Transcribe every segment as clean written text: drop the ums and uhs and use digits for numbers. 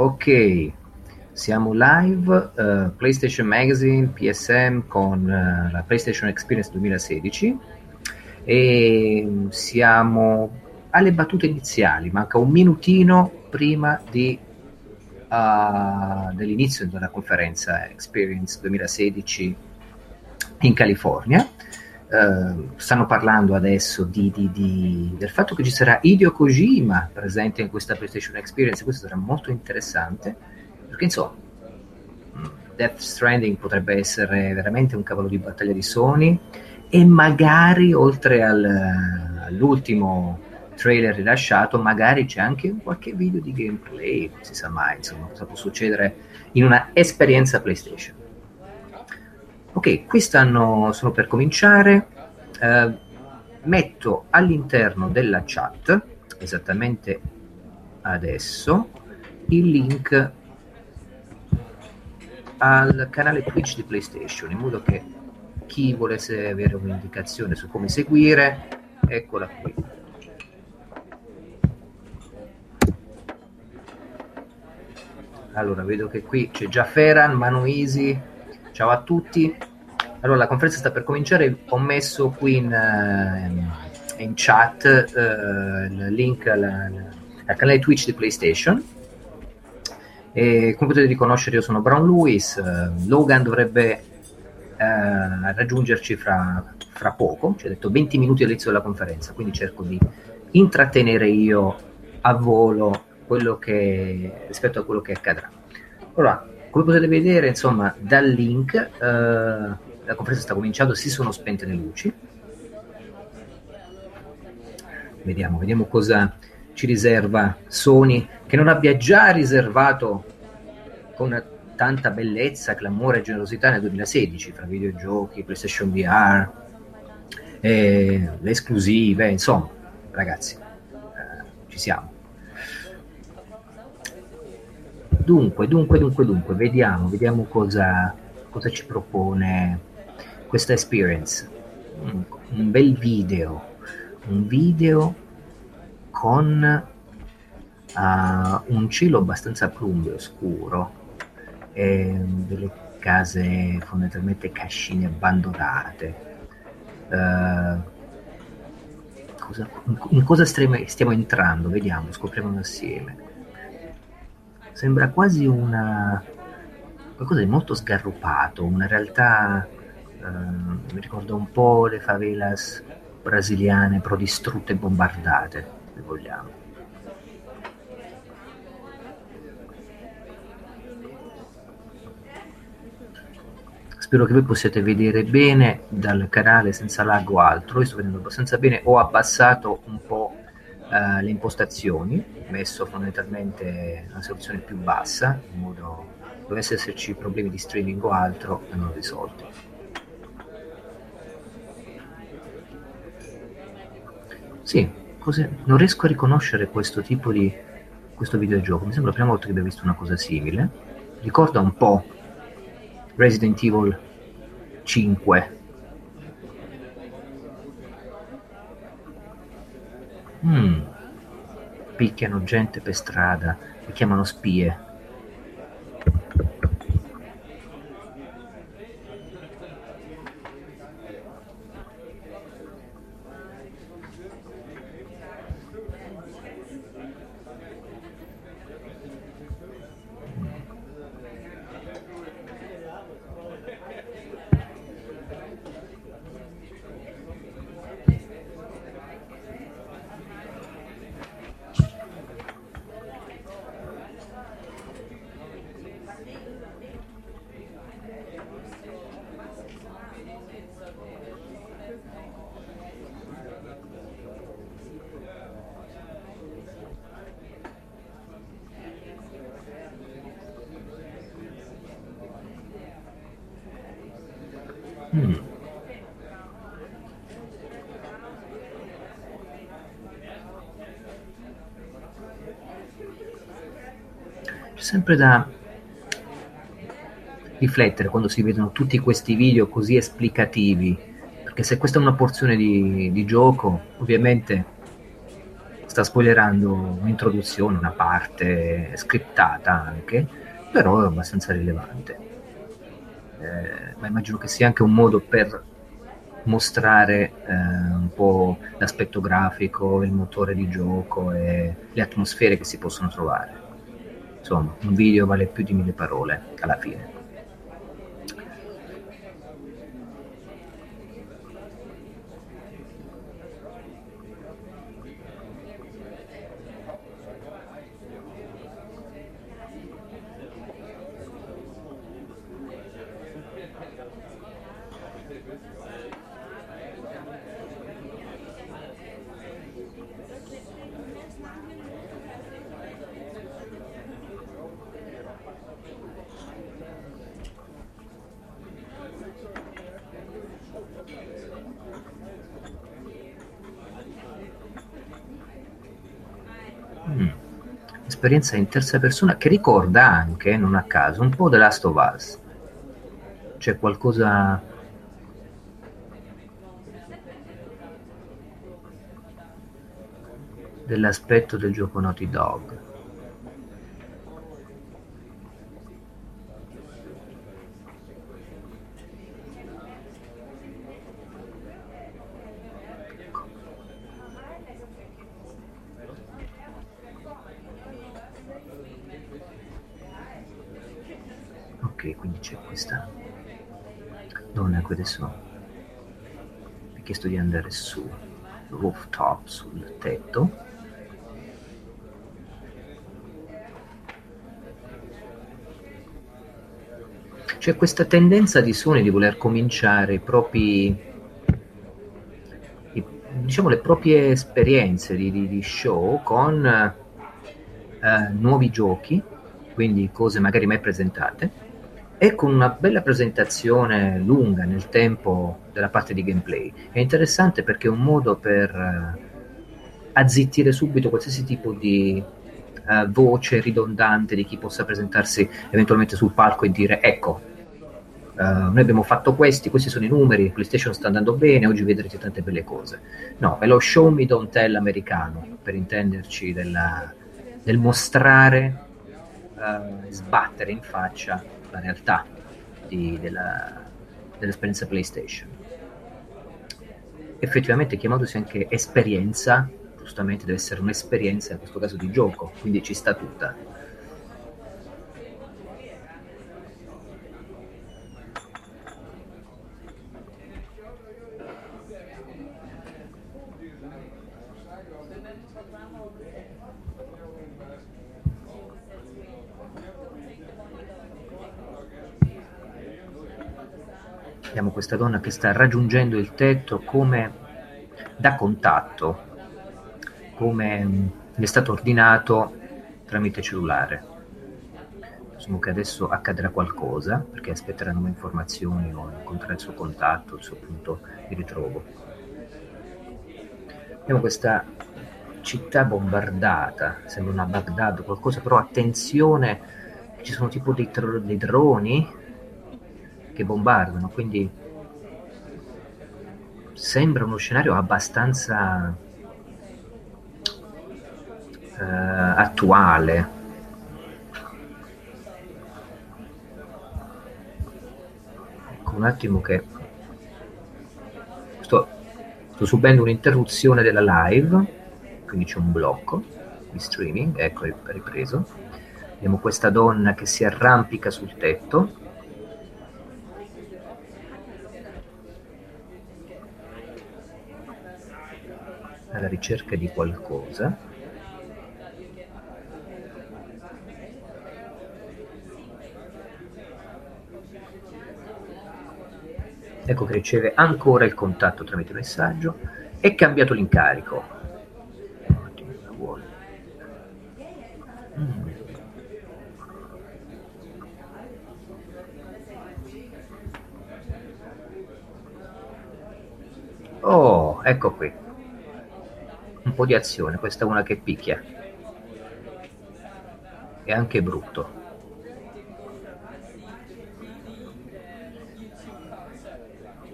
Ok, siamo live, PlayStation Magazine, PSM con la PlayStation Experience 2016 e siamo alle battute iniziali, manca un minutino prima dell'inizio della conferenza Experience 2016 in California. Stanno parlando adesso del fatto che ci sarà Hideo Kojima presente in questa PlayStation Experience. Questo sarà molto interessante perché insomma Death Stranding potrebbe essere veramente un cavallo di battaglia di Sony e magari oltre all'ultimo trailer rilasciato magari c'è anche qualche video di gameplay, non si sa mai insomma cosa può succedere in una esperienza PlayStation. Ok, qui sono per cominciare. Metto all'interno della chat, esattamente adesso, il link al canale Twitch di PlayStation, in modo che chi volesse avere un'indicazione su come seguire, eccola qui. Allora, vedo che qui c'è già Feran, Manu-Easy, ciao a tutti. Allora, la conferenza sta per cominciare, ho messo qui in chat il link al canale Twitch di PlayStation. E come potete riconoscere io sono Brown Lewis, Logan dovrebbe raggiungerci fra poco, ci ha detto 20 minuti all'inizio della conferenza, quindi cerco di intrattenere io a volo rispetto a quello che accadrà. Allora, come potete vedere, insomma, dal link la conferenza sta cominciando, si sono spente le luci. Vediamo cosa ci riserva Sony, che non abbia già riservato con tanta bellezza, clamore e generosità nel 2016 fra videogiochi, PlayStation VR, le esclusive, insomma, ragazzi, ci siamo. Dunque, vediamo cosa ci propone questa experience. Un bel video con un cielo abbastanza plumbeo, scuro, e delle case fondamentalmente cascine abbandonate. In cosa stiamo entrando? Vediamo, scopriamo assieme. Sembra quasi qualcosa di molto sgarrupato, una realtà mi ricorda un po' le favelas brasiliane però distrutte e bombardate, se vogliamo. Spero che voi possiate vedere bene dal canale senza lag o altro. Io sto vedendo abbastanza bene, ho abbassato un po' le impostazioni, messo fondamentalmente una soluzione più bassa, in modo dovesse esserci problemi di streaming o altro, vengono risolti. Sì, non riesco a riconoscere questo videogioco, mi sembra la prima volta che abbia visto una cosa simile. Ricorda un po' Resident Evil 5. Picchiano gente per strada, li chiamano spie. C'è sempre da riflettere quando si vedono tutti questi video così esplicativi, perché se questa è una porzione di gioco, ovviamente sta spoilerando un'introduzione, una parte scriptata anche, però è abbastanza rilevante. Ma immagino che sia anche un modo per mostrare un po' l'aspetto grafico, il motore di gioco e le atmosfere che si possono trovare. Insomma, un video vale più di 1000 parole alla fine. Esperienza in terza persona che ricorda anche, non a caso, un po' The Last of Us. C'è qualcosa dell'aspetto del gioco Naughty Dog. Ok, quindi c'è questa donna qui adesso mi ha chiesto di andare su rooftop, sul tetto. C'è questa tendenza di Sony di voler cominciare diciamo le proprie esperienze di show con nuovi giochi, quindi cose magari mai presentate, e con una bella presentazione lunga nel tempo della parte di gameplay. È interessante perché è un modo per azzittire subito qualsiasi tipo di voce ridondante di chi possa presentarsi eventualmente sul palco e dire ecco, noi abbiamo fatto questi sono i numeri, PlayStation sta andando bene, oggi vedrete tante belle cose. No, è lo show me don't tell americano, per intenderci, del mostrare, sbattere in faccia la realtà dell'esperienza PlayStation. Effettivamente chiamandosi anche esperienza, giustamente deve essere un'esperienza, in questo caso di gioco, quindi ci sta tutta. Abbiamo questa donna che sta raggiungendo il tetto come da contatto, come gli è stato ordinato tramite cellulare. Presumo che adesso accadrà qualcosa, perché aspetterà nuove informazioni o incontrerà il suo contatto, il suo punto di ritrovo. Abbiamo questa città bombardata, sembra una Baghdad o qualcosa, però attenzione, ci sono tipo dei droni che bombardano, quindi sembra uno scenario abbastanza attuale. Ecco, un attimo che sto subendo un'interruzione della live, quindi c'è un blocco di streaming, ecco è ripreso. Vediamo questa donna che si arrampica sul tetto. Alla ricerca di qualcosa. Ecco che riceve ancora il contatto tramite messaggio. È cambiato l'incarico. Oh, ecco qui. Un po' di azione, questa è una che picchia. È anche brutto.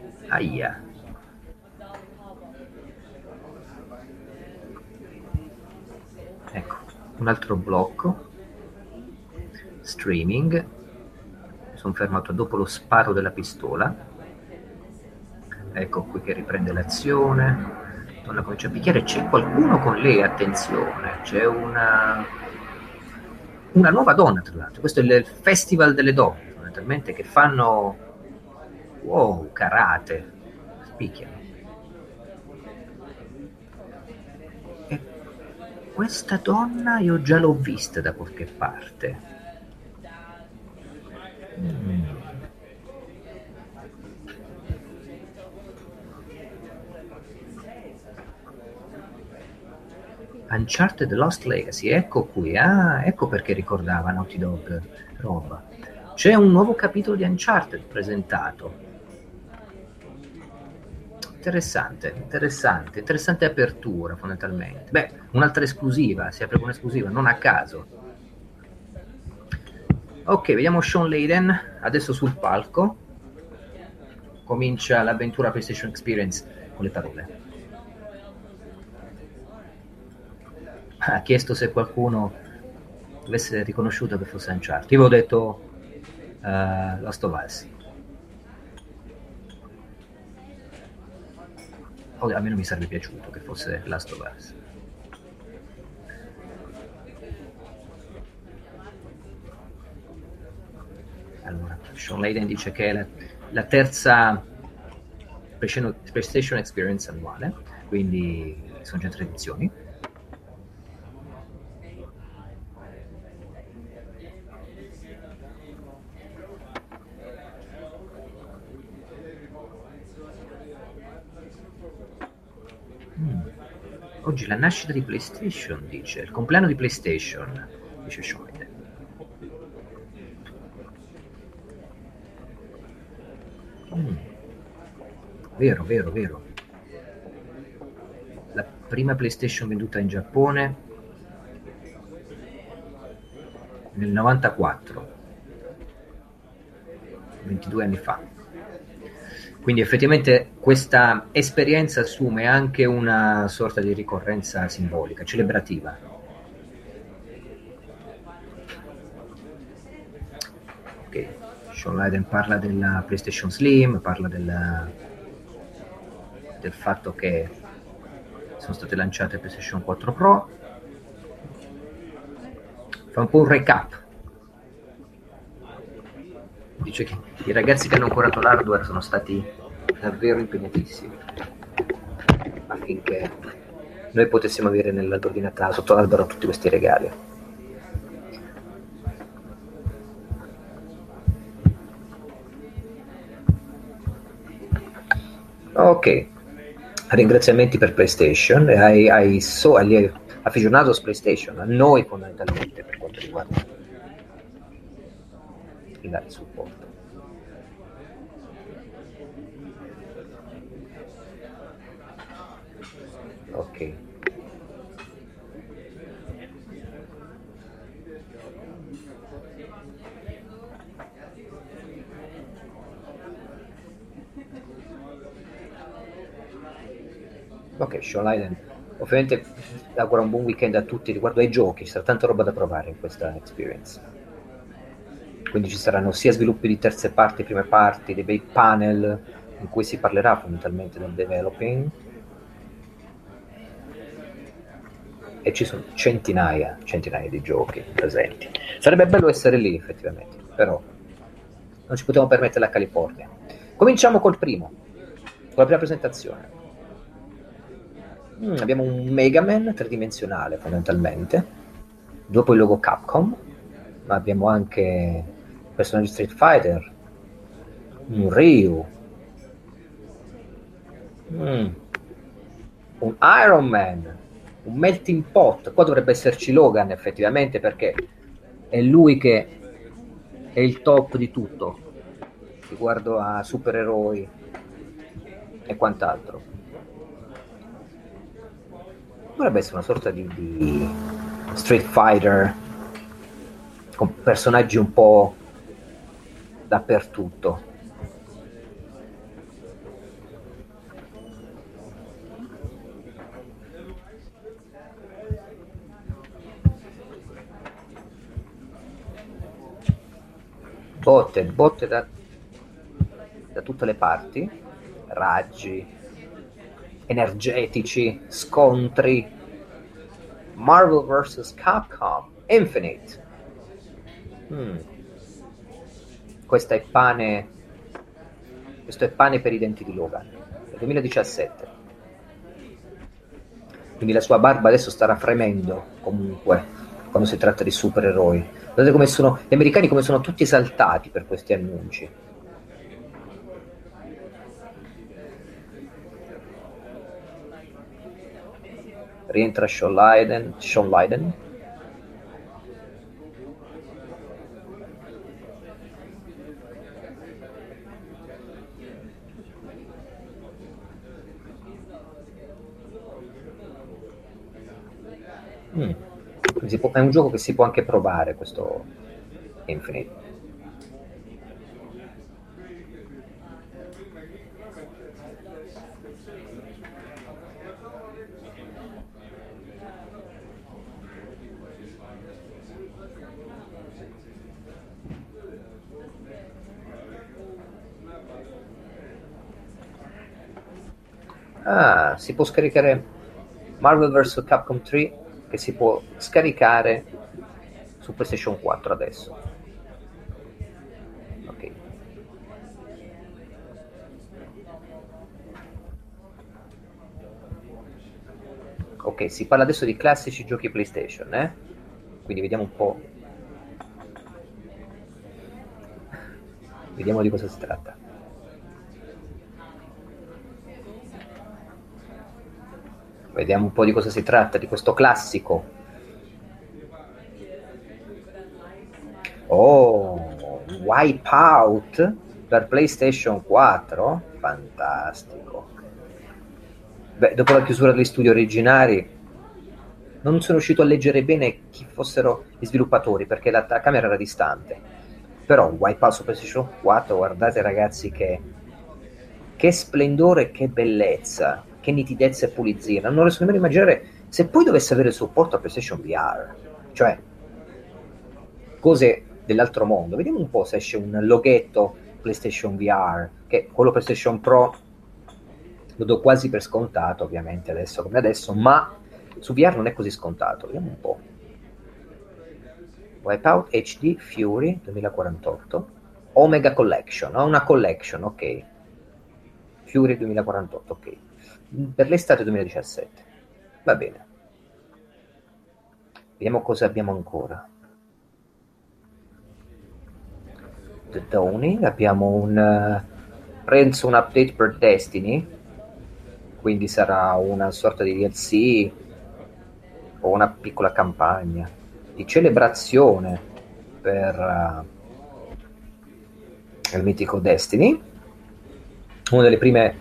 Aia. un altro blocco, streaming, mi sono fermato dopo lo sparo della pistola, ecco qui che riprende l'azione, donna comincia a picchiare, c'è qualcuno con lei, attenzione, c'è una nuova donna tra l'altro, questo è il festival delle donne, fondamentalmente, che fanno, wow, karate, picchiano. E questa donna io già l'ho vista da qualche parte. Uncharted The Lost Legacy, ecco qui, ecco perché ricordava Naughty Dog roba. C'è un nuovo capitolo di Uncharted presentato. Interessante apertura fondamentalmente. Beh, un'altra esclusiva, si apre con un'esclusiva, non a caso. Ok, vediamo Shawn Layden, adesso sul palco. Comincia l'avventura PlayStation Experience con le parole. Ha chiesto se qualcuno avesse riconosciuto che fosse Uncharted. Io avevo detto Last of Us. O almeno mi sarebbe piaciuto che fosse Last of Us. Allora, Shawn Layden dice che è la terza PlayStation Experience annuale, quindi sono già 3 edizioni. Oggi la nascita di PlayStation, dice, il compleanno di PlayStation, dice Shawn Layden. Vero. La prima PlayStation venduta in Giappone nel 94, 22 anni fa. Quindi effettivamente questa esperienza assume anche una sorta di ricorrenza simbolica, celebrativa. Ok, Shawn Layden parla della PlayStation Slim, parla del fatto che sono state lanciate PlayStation 4 Pro, fa un po' un recap. Dice che i ragazzi che hanno curato l'hardware sono stati davvero impegnatissimi affinché noi potessimo avere nell'albero di Natale, sotto l'albero, tutti questi regali. Ok, ringraziamenti per PlayStation e agli aficionados PlayStation, a noi fondamentalmente per quanto riguarda il supporto. Ok. Ok, Shawn Layden, ovviamente auguro un buon weekend a tutti riguardo ai giochi, ci sarà tanta roba da provare in questa experience. Quindi ci saranno sia sviluppi di terze parti, prime parti, dei bei panel in cui si parlerà fondamentalmente del developing, e ci sono centinaia di giochi presenti. Sarebbe bello essere lì effettivamente, però non ci potevamo permettere la California. Cominciamo col primo, con la prima presentazione. Abbiamo un Mega Man tridimensionale fondamentalmente, dopo il logo Capcom, ma abbiamo anche personaggi Street Fighter, un Ryu, un Iron Man, un Melting Pot. Qua dovrebbe esserci Logan effettivamente, perché è lui che è il top di tutto riguardo a supereroi e quant'altro. Dovrebbe essere una sorta di Street Fighter con personaggi un po' dappertutto. botte da tutte le parti, raggi, energetici, scontri, Marvel vs. Capcom, Infinite. Questo è pane per i denti di Logan, del 2017. Quindi la sua barba adesso starà fremendo, comunque, quando si tratta di supereroi. Guardate come sono, gli americani come sono tutti esaltati per questi annunci. Rientra Sean Lydon. È un gioco che si può anche provare, questo Infinite. Si può scaricare Marvel vs. Capcom 3, che si può scaricare su PlayStation 4 adesso. Ok. Ok, si parla adesso di classici giochi PlayStation, Quindi vediamo un po'. Vediamo di cosa si tratta. Vediamo un po' di cosa si tratta, di questo classico. Oh, Wipeout per PlayStation 4? Fantastico. Beh, dopo la chiusura degli studi originari non sono riuscito a leggere bene chi fossero gli sviluppatori, perché la camera era distante. Però Wipeout su PlayStation 4, guardate ragazzi che splendore, che bellezza, che nitidezza e pulizia. Non riesco nemmeno a immaginare se poi dovesse avere il supporto a PlayStation VR. Cioè, cose dell'altro mondo. Vediamo un po' se esce un loghetto PlayStation VR, che quello PlayStation Pro lo do quasi per scontato, ovviamente, adesso come adesso, ma su VR non è così scontato. Vediamo un po'. Wipeout HD Fury 2048, Omega Collection, una collection, ok. Fury 2048, ok. Per l'estate 2017. Va bene. Vediamo cosa abbiamo ancora. The Dawning, abbiamo penso un update per Destiny, quindi sarà una sorta di DLC o una piccola campagna di celebrazione per il mitico Destiny, uno dei primi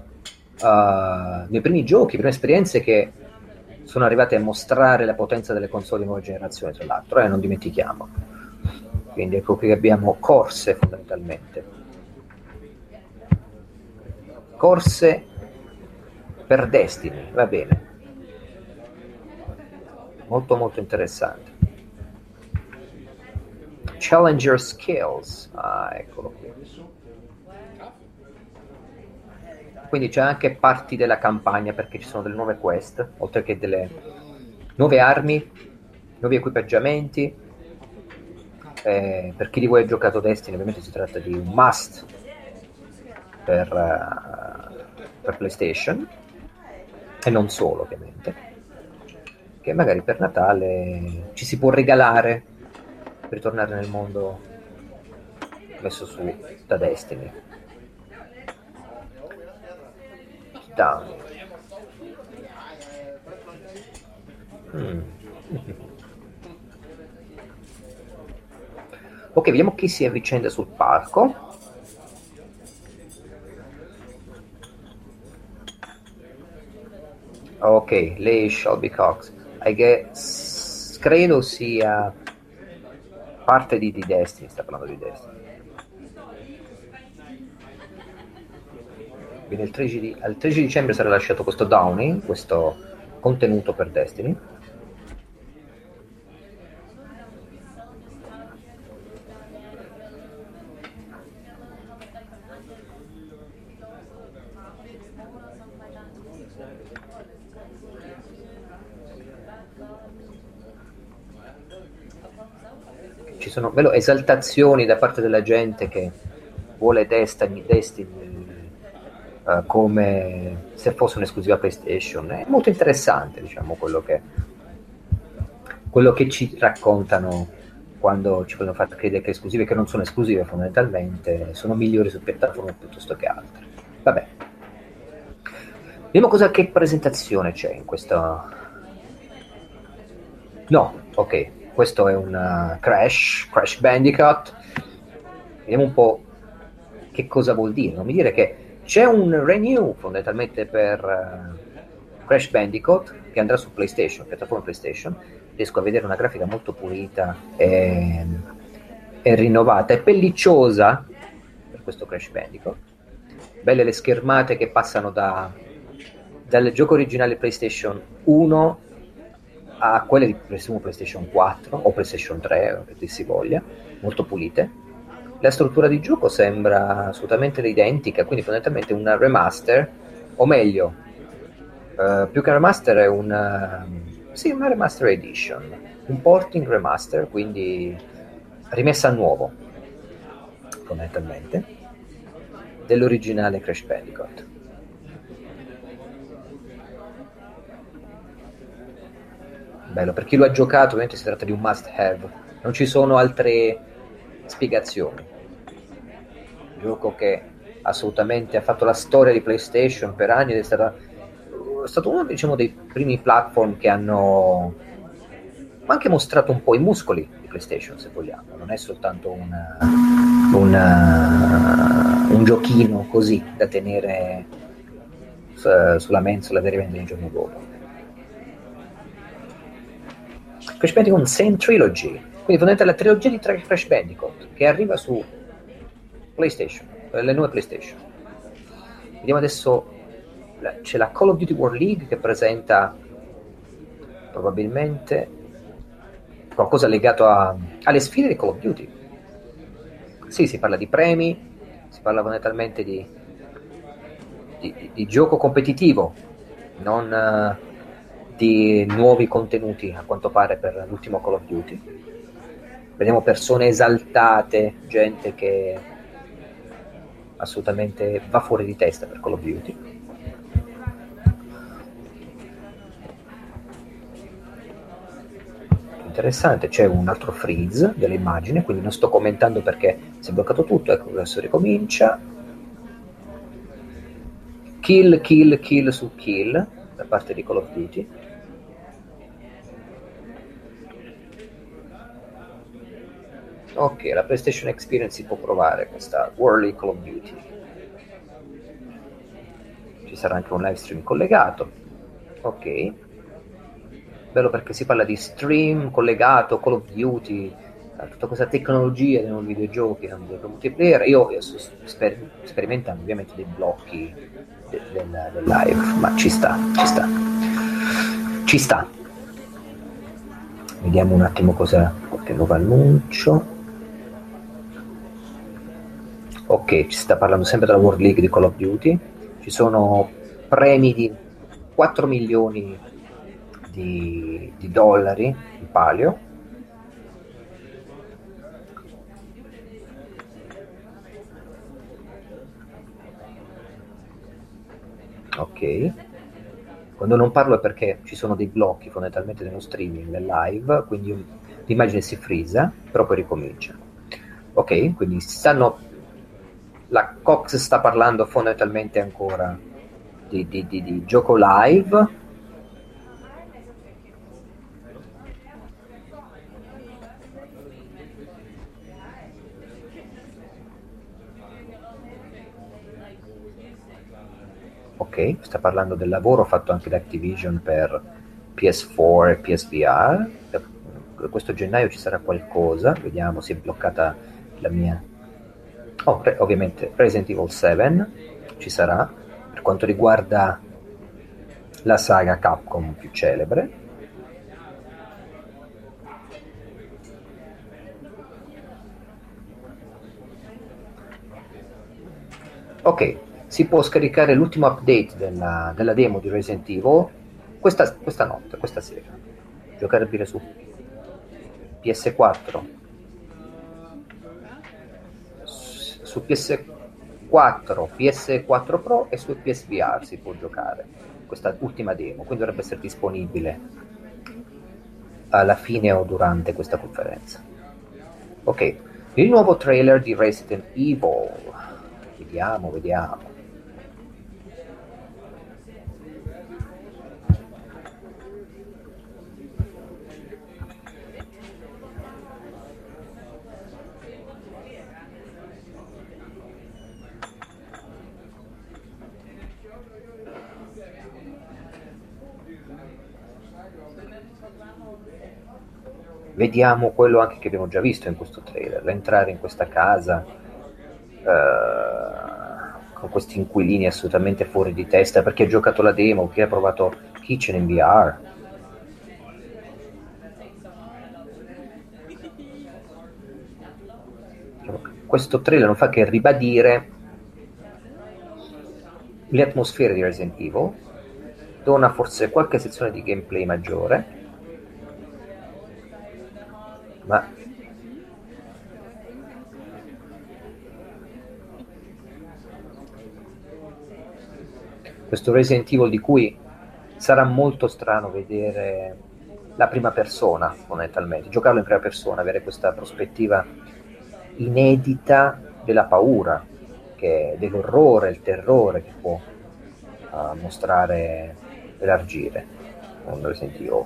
giochi, prime esperienze che sono arrivate a mostrare la potenza delle console di nuova generazione, tra l'altro, non dimentichiamo. Quindi ecco qui abbiamo corse, fondamentalmente. Corse per Destiny, va bene. Molto molto interessante. Challenger Skills, eccolo qui. Quindi c'è anche parti della campagna, perché ci sono delle nuove quest, oltre che delle nuove armi, nuovi equipaggiamenti. Per chi di voi ha giocato Destiny, ovviamente si tratta di un must per PlayStation, e non solo, ovviamente, che magari per Natale ci si può regalare per ritornare nel mondo messo su da Destiny. Down. Ok, vediamo chi si avvicenda sul palco. Ok, lei Shelby Cox. Credo sia parte di Destiny, sta parlando di Destiny. Quindi al 13 dicembre sarà lasciato questo Downing, questo contenuto per Destiny. ci sono esaltazioni da parte della gente che vuole Destiny come se fosse un'esclusiva PlayStation. È molto interessante, diciamo, quello che ci raccontano quando ci vogliono far credere che esclusive, che non sono esclusive fondamentalmente, sono migliori su piattaforme piuttosto che altre. Vabbè. Vediamo che presentazione c'è in questa... No, ok, questo è un Crash Bandicoot. Vediamo un po' che cosa vuol dire. Non mi dire che c'è un renew fondamentalmente per Crash Bandicoot che andrà su PlayStation, piattaforma PlayStation. Riesco a vedere una grafica molto pulita e rinnovata e pellicciosa per questo Crash Bandicoot. Belle le schermate che passano dal gioco originale PlayStation 1 a quelle di presumo PlayStation 4 o PlayStation 3, che si voglia, molto pulite. La struttura di gioco sembra assolutamente identica, quindi fondamentalmente una remaster, o meglio, più che un remaster è una remaster edition, un porting remaster, quindi rimessa a nuovo, fondamentalmente, dell'originale Crash Bandicoot. Bello, per chi lo ha giocato ovviamente si tratta di un must have, non ci sono altre spiegazioni. Gioco che assolutamente ha fatto la storia di PlayStation per anni ed è stato uno, diciamo, dei primi platform che hanno anche mostrato un po' i muscoli di PlayStation, se vogliamo. Non è soltanto un giochino così da tenere sulla mensola da rivendere il giorno dopo. Crash Bandicoot Insane Trilogy, quindi fondamentalmente la trilogia di Crash Bandicoot che arriva su PlayStation, le nuove PlayStation. Vediamo adesso, c'è la Call of Duty World League che presenta probabilmente qualcosa legato alle sfide di Call of Duty. Sì, si parla di premi, si parla fondamentalmente di gioco competitivo, non di nuovi contenuti a quanto pare per l'ultimo Call of Duty. Vediamo persone esaltate, gente che assolutamente va fuori di testa per Call of Duty. Interessante, c'è un altro freeze dell'immagine, quindi non sto commentando perché si è bloccato tutto. Ecco, adesso ricomincia. Kill su kill da parte di Call of Duty. Ok, la PlayStation Experience si può provare questa World Call of Duty. Ci sarà anche un live stream collegato. Ok. Bello perché si parla di stream collegato, Call of Duty, tutta questa tecnologia nei videogiochi, nel multiplayer. Io sto sperimentando ovviamente dei blocchi del live, ma ci sta. Vediamo un attimo qualche nuovo annuncio. Ok, ci sta parlando sempre della World League di Call of Duty. Ci sono premi di 4 milioni di dollari in palio. Ok. Quando non parlo è perché ci sono dei blocchi fondamentalmente nello streaming, nel live, quindi l'immagine si freeza, però poi ricomincia. Ok, quindi la Cox sta parlando fondamentalmente ancora di gioco live. Ok, sta parlando del lavoro fatto anche da Activision per PS4 e PSVR. Questo gennaio ci sarà qualcosa, vediamo, si è bloccata la mia... ovviamente Resident Evil 7 ci sarà, per quanto riguarda la saga Capcom più celebre. Ok, si può scaricare l'ultimo update della demo di Resident Evil questa notte, questa sera, giocabile su PS4, su PS4, PS4 Pro e su PSVR si può giocare questa ultima demo, quindi dovrebbe essere disponibile alla fine o durante questa conferenza. Ok, il nuovo trailer di Resident Evil, vediamo. Vediamo quello anche che abbiamo già visto in questo trailer, entrare in questa casa con questi inquilini assolutamente fuori di testa, perché ha giocato la demo, chi ha provato Kitchen in VR. Questo trailer non fa che ribadire le atmosfere di Resident Evil, dona forse qualche sezione di gameplay maggiore, ma questo Resident Evil di cui sarà molto strano vedere la prima persona, fondamentalmente, giocarlo in prima persona, avere questa prospettiva inedita della paura, dell'orrore, il terrore che può mostrare elargire un Resident Evil.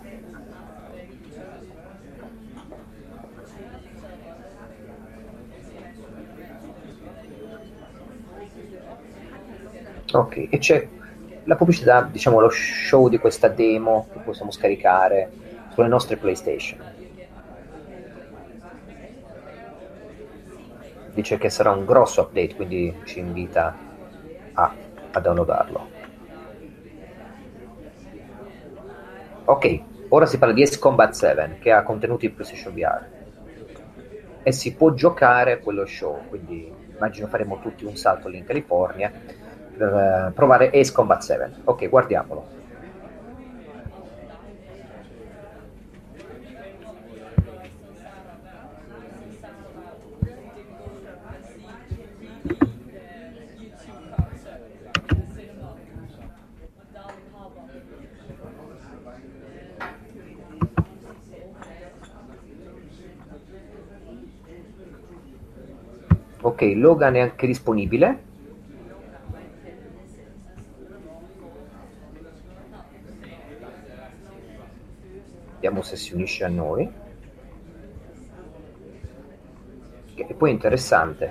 Ok, e c'è la pubblicità, diciamo lo show di questa demo che possiamo scaricare sulle nostre PlayStation. Dice che sarà un grosso update, quindi ci invita a downloadarlo. Ok, ora si parla di Ace Combat 7 che ha contenuti in PlayStation VR e si può giocare quello show, quindi immagino faremo tutti un salto lì in California per provare Ace Combat 7. Ok, guardiamolo. Ok, Logan è anche disponibile. Vediamo se si unisce a noi. E poi è interessante.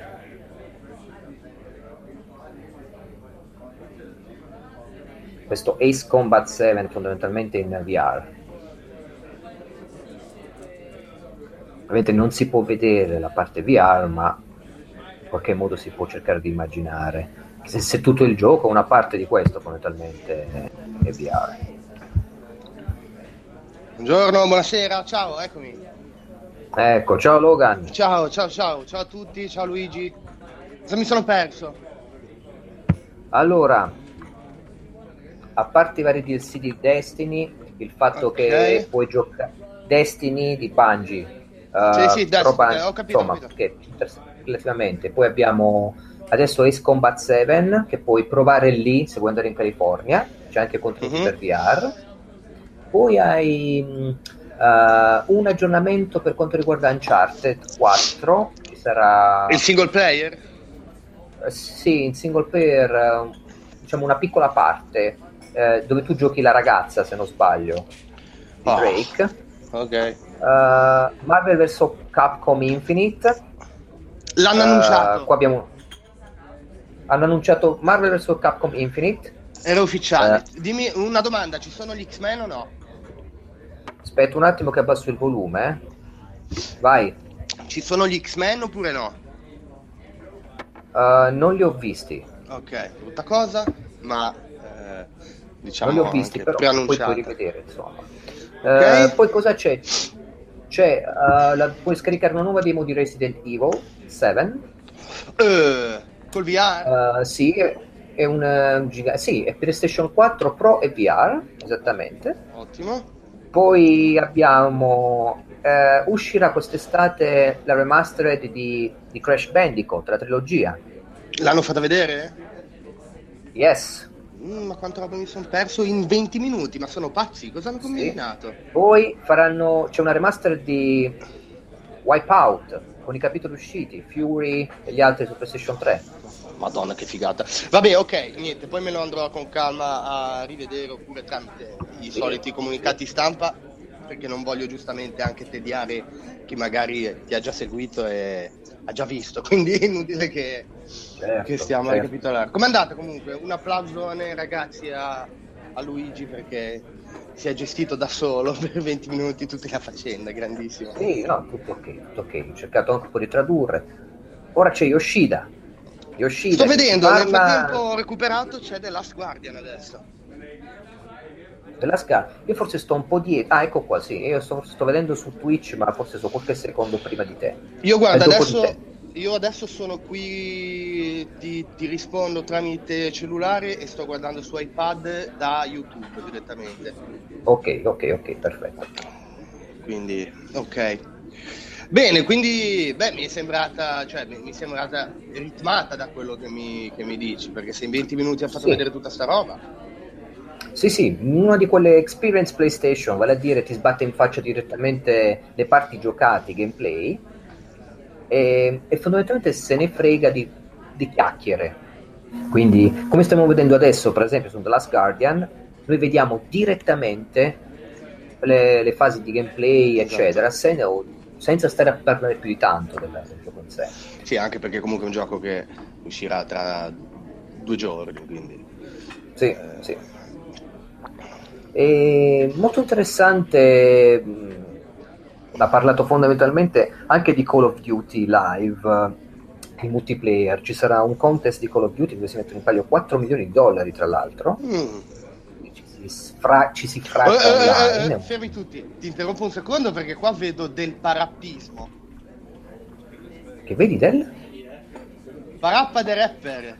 Questo Ace Combat 7 fondamentalmente in VR. Ovviamente non si può vedere la parte VR, ma in qualche modo si può cercare di immaginare se tutto il gioco, una parte di questo fondamentalmente è VR. Buongiorno, buonasera, ciao, eccomi. Ecco, ciao Logan. Ciao a tutti, ciao Luigi. Cosa mi sono perso? Allora, a parte i vari DLC di Destiny, il fatto che puoi giocare Destiny di Bungie, sì, roba, ho capito, insomma, che relativamente. Poi abbiamo adesso Ace Combat 7 che puoi provare lì se vuoi andare in California, c'è anche contenuti per VR. Poi hai un aggiornamento per quanto riguarda Uncharted 4, ci sarà il single player? Sì, in single player, diciamo una piccola parte dove tu giochi la ragazza, se non sbaglio, di Drake. Ok. Marvel vs Capcom Infinite. L'hanno annunciato. Qua hanno annunciato Marvel vs Capcom Infinite. Era ufficiale. Dimmi una domanda, ci sono gli X-Men o no? Aspetta un attimo che abbasso il volume. Vai. Ci sono gli X-Men oppure no? Non li ho visti. Ok, brutta cosa, ma diciamo non li ho visti, però poi puoi rivedere, insomma. Poi cosa c'è? Puoi scaricare una nuova demo di Resident Evil 7 col VR? Sì, è un sì, è PlayStation 4 Pro e VR, esattamente. Ottimo. Poi abbiamo uscirà quest'estate la remastered di Crash Bandicoot, la trilogia. L'hanno fatta vedere? Yes. Ma quanta roba mi sono perso in 20 minuti, ma sono pazzi, cosa hanno Sì. combinato? Poi c'è una remastered di Wipeout con i capitoli usciti, Fury e gli altri su PlayStation 3. Madonna che figata. Vabbè, ok, niente, poi me lo andrò con calma a rivedere oppure tramite i soliti comunicati stampa, perché non voglio giustamente anche tediare chi magari ti ha già seguito e ha già visto, quindi è inutile che stiamo a ricapitolare. Com'è andata comunque? Un applauso ragazzi a Luigi perché si è gestito da solo per 20 minuti tutta la faccenda, grandissimo. Sì, no, tutto ok. Ho cercato anche un po' di tradurre. Ora c'è Yoshida. Sto vedendo, parla... nel frattempo ho recuperato, c'è The Last Guardian adesso. Io forse sto un po' dietro. Ah, ecco qua, sì. Io sto vedendo su Twitch, ma forse sono qualche secondo prima di te. Io guarda, adesso sono qui, ti rispondo tramite cellulare e sto guardando su iPad da YouTube direttamente. Ok, perfetto. Quindi, ok. Bene, quindi mi è sembrata ritmata da quello che mi dici, perché se in 20 minuti ha fatto vedere tutta sta roba. Sì, una di quelle experience PlayStation, vale a dire ti sbatte in faccia direttamente le parti giocate, i gameplay, e fondamentalmente se ne frega di chiacchiere. Quindi, come stiamo vedendo adesso, per esempio su The Last Guardian, noi vediamo direttamente le fasi di gameplay, eccetera, senza stare a parlare più di tanto del gioco in sé. Sì, anche perché comunque è un gioco che uscirà tra 2 giorni, quindi... Sì. E molto interessante, ha parlato fondamentalmente anche di Call of Duty Live, il multiplayer. Ci sarà un contest di Call of Duty dove si mettono in palio $4 milioni, tra l'altro. Ci si fragga online. Fermi tutti, ti interrompo un secondo perché qua vedo del parappismo. Che vedi del? Parappa the Rapper.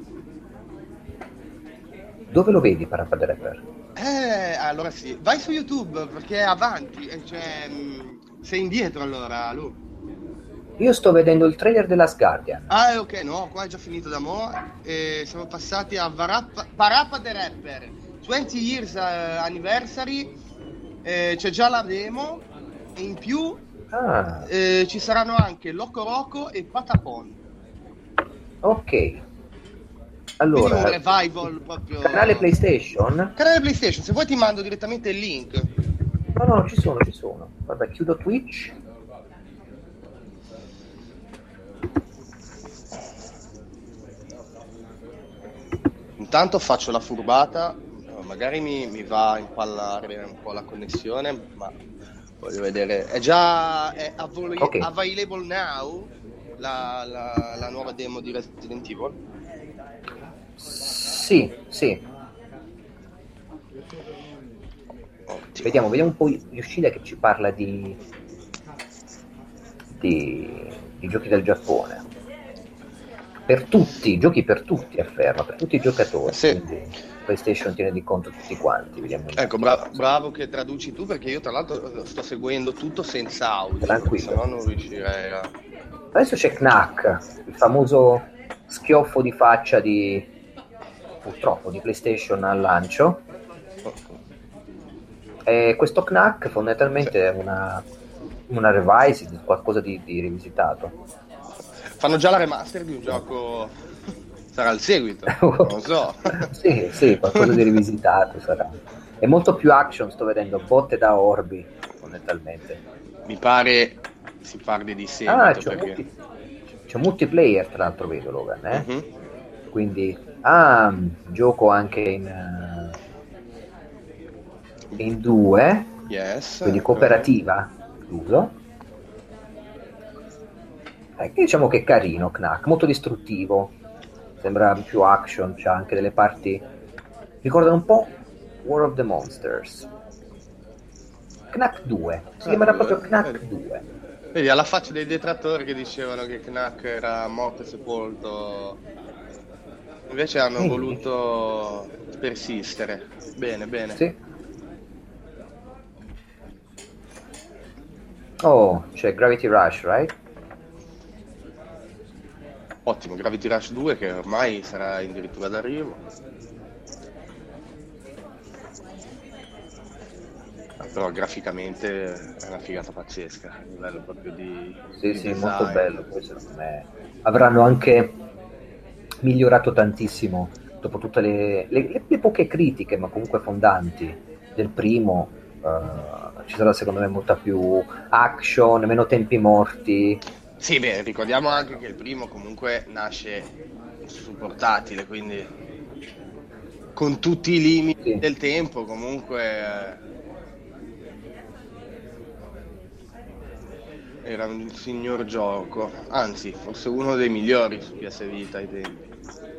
Dove lo vedi Parappa the Rapper? Allora sì, vai su YouTube perché è avanti, cioè sei indietro allora, Lu. Io sto vedendo il trailer della Last Guardian. Ah, ok, no, qua è già finito da mo' e siamo passati a Parappa the Rapper 20 years anniversary, c'è già la demo e in più ci saranno anche Loco Roco e Patapon. Ok. Allora, quindi un revival proprio. Canale PlayStation, se vuoi ti mando direttamente il link. No, ci sono. Vabbè, chiudo Twitch. Intanto faccio la furbata, magari mi va a impallare un po' la connessione, ma voglio vedere. È available now la nuova demo di Resident Evil? Sì. Vediamo un po' Yoshida che ci parla di giochi del Giappone. Per tutti, giochi per tutti, afferma, per tutti i giocatori. Sì. Quindi PlayStation tiene di conto tutti quanti. Vediamo. Ecco, bravo che traduci tu, perché io tra l'altro sto seguendo tutto senza audio. Tranquillo. Se no non riuscirei a... Adesso c'è Knack, il famoso schioppo di faccia purtroppo di PlayStation al lancio. E questo Knack fondamentalmente è una revised, qualcosa di rivisitato. Fanno già la remaster di un gioco, sarà il seguito, non lo so. sì, qualcosa di rivisitato sarà. È molto più action, sto vedendo, botte da orbi, fondamentalmente. Mi pare si parli di seguito, c'è multiplayer, tra l'altro vedo, Logan, Uh-huh. Quindi gioco anche in 2, yes, quindi cooperativa, chiuso. Diciamo che è carino Knack, molto distruttivo, sembra più action, c'ha anche delle parti, ricordano un po' War of the Monsters. Knack 2, si chiamerà proprio Knack 2. Vedi, alla faccia dei detrattori che dicevano che Knack era morto e sepolto, invece hanno voluto persistere. Bene. Sì. Oh, c'è Gravity Rush, right? Ottimo, Gravity Rush 2 che ormai sarà addirittura d'arrivo. Però graficamente è una figata pazzesca, a livello proprio Sì, di sì, molto design. bello. Poi secondo me avranno anche migliorato tantissimo dopo tutte le poche critiche, ma comunque fondanti del primo. Ci sarà secondo me molta più action, meno tempi morti. Sì, beh, ricordiamo anche che il primo comunque nasce su portatile, quindi con tutti i limiti Sì, del tempo, comunque era un signor gioco, anzi, forse uno dei migliori su PS Vita ai tempi.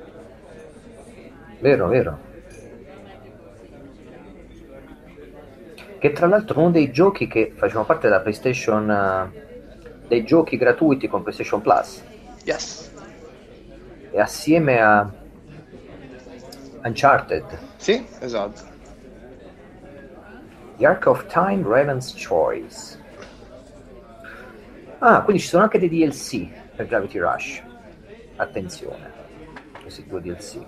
vero, vero. Che tra l'altro è uno dei giochi che facevano parte della PlayStation, dei giochi gratuiti con PlayStation Plus, Yes. e assieme a Uncharted, Sì, esatto. The Ark of Time, Raven's Choice. Ah, quindi ci sono anche dei DLC per Gravity Rush. Attenzione, questi due DLC.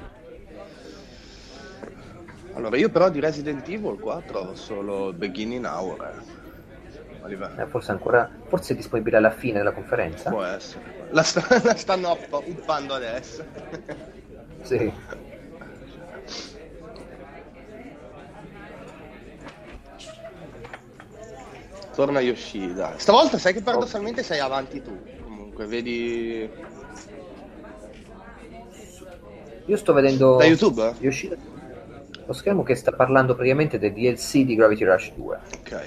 Allora, io però di Resident Evil 4 ho solo Beginning Hour. Forse è disponibile alla fine della conferenza? Può essere. La stanno uppando adesso. Sì. Torna Yoshida. Stavolta sai che Oh. paradossalmente sei avanti tu. Comunque, vedi Io sto da vedendo YouTube? Yoshida, lo schermo che sta parlando praticamente del DLC di Gravity Rush 2. Ok.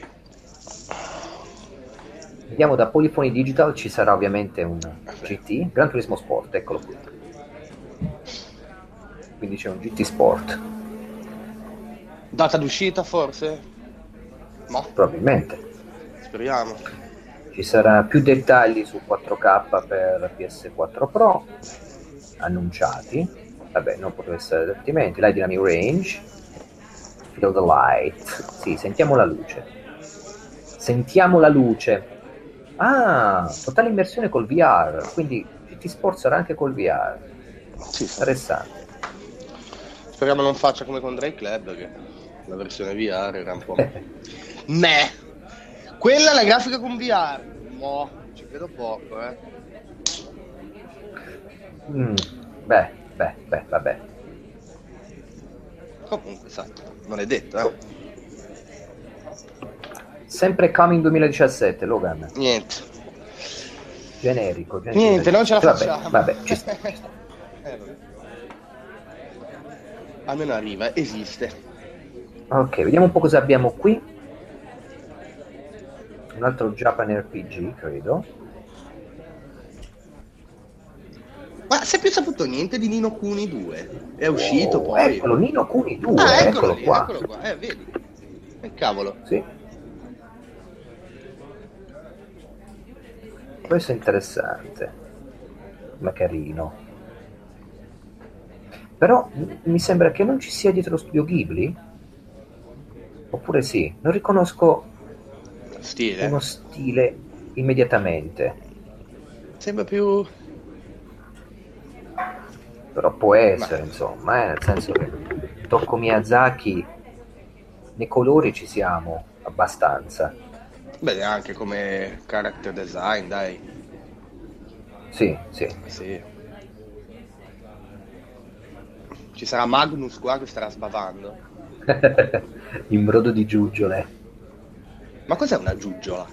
Vediamo da Polyphony Digital, ci sarà ovviamente un GT, Gran Turismo Sport, eccolo qui. Quindi c'è un GT Sport, Data d'uscita forse? No, probabilmente. speriamo. Ci sarà più dettagli su 4K per PS4 Pro, annunciati. Vabbè, non poteva essere divertimenti. Light Dynamic Range, Feel the Light. Sì, sentiamo la luce. Sentiamo la luce. Ah, totale immersione col VR, quindi GT Sport sarà anche col VR. Sì, sì. Interessante. Speriamo non faccia come con Drake Club, che la versione VR era un po'. Meh! Quella è la grafica con VR. Mo, ci credo poco, eh. Vabbè. Comunque, sai, non è detto, eh. Sempre Coming 2017, Logan. Niente. Generico. Niente, non ce la facciamo. Vabbè, ci sta. Vabbè. Almeno arriva, esiste. Ok, vediamo un po' cosa abbiamo qui. Un altro Japan RPG, credo. Ma si è più saputo niente di Nino Kuni 2? È uscito poi? Eccolo, Nino Kuni 2, Ah, eccolo lì, qua. eccolo qua. Vedi? Cavolo. Sì. Questo è interessante, ma carino. Però mi sembra che non ci sia dietro lo studio Ghibli. Oppure sì, non riconosco Stile? uno stile immediatamente. Sembra più. Però può essere, Ma insomma, nel senso che tocco Miyazaki, nei colori ci siamo abbastanza. beh, anche come character design, dai. Sì. Sì. Ci sarà Magnus qua che starà sbavando. In brodo di giuggiole. Ma cos'è una giuggiola?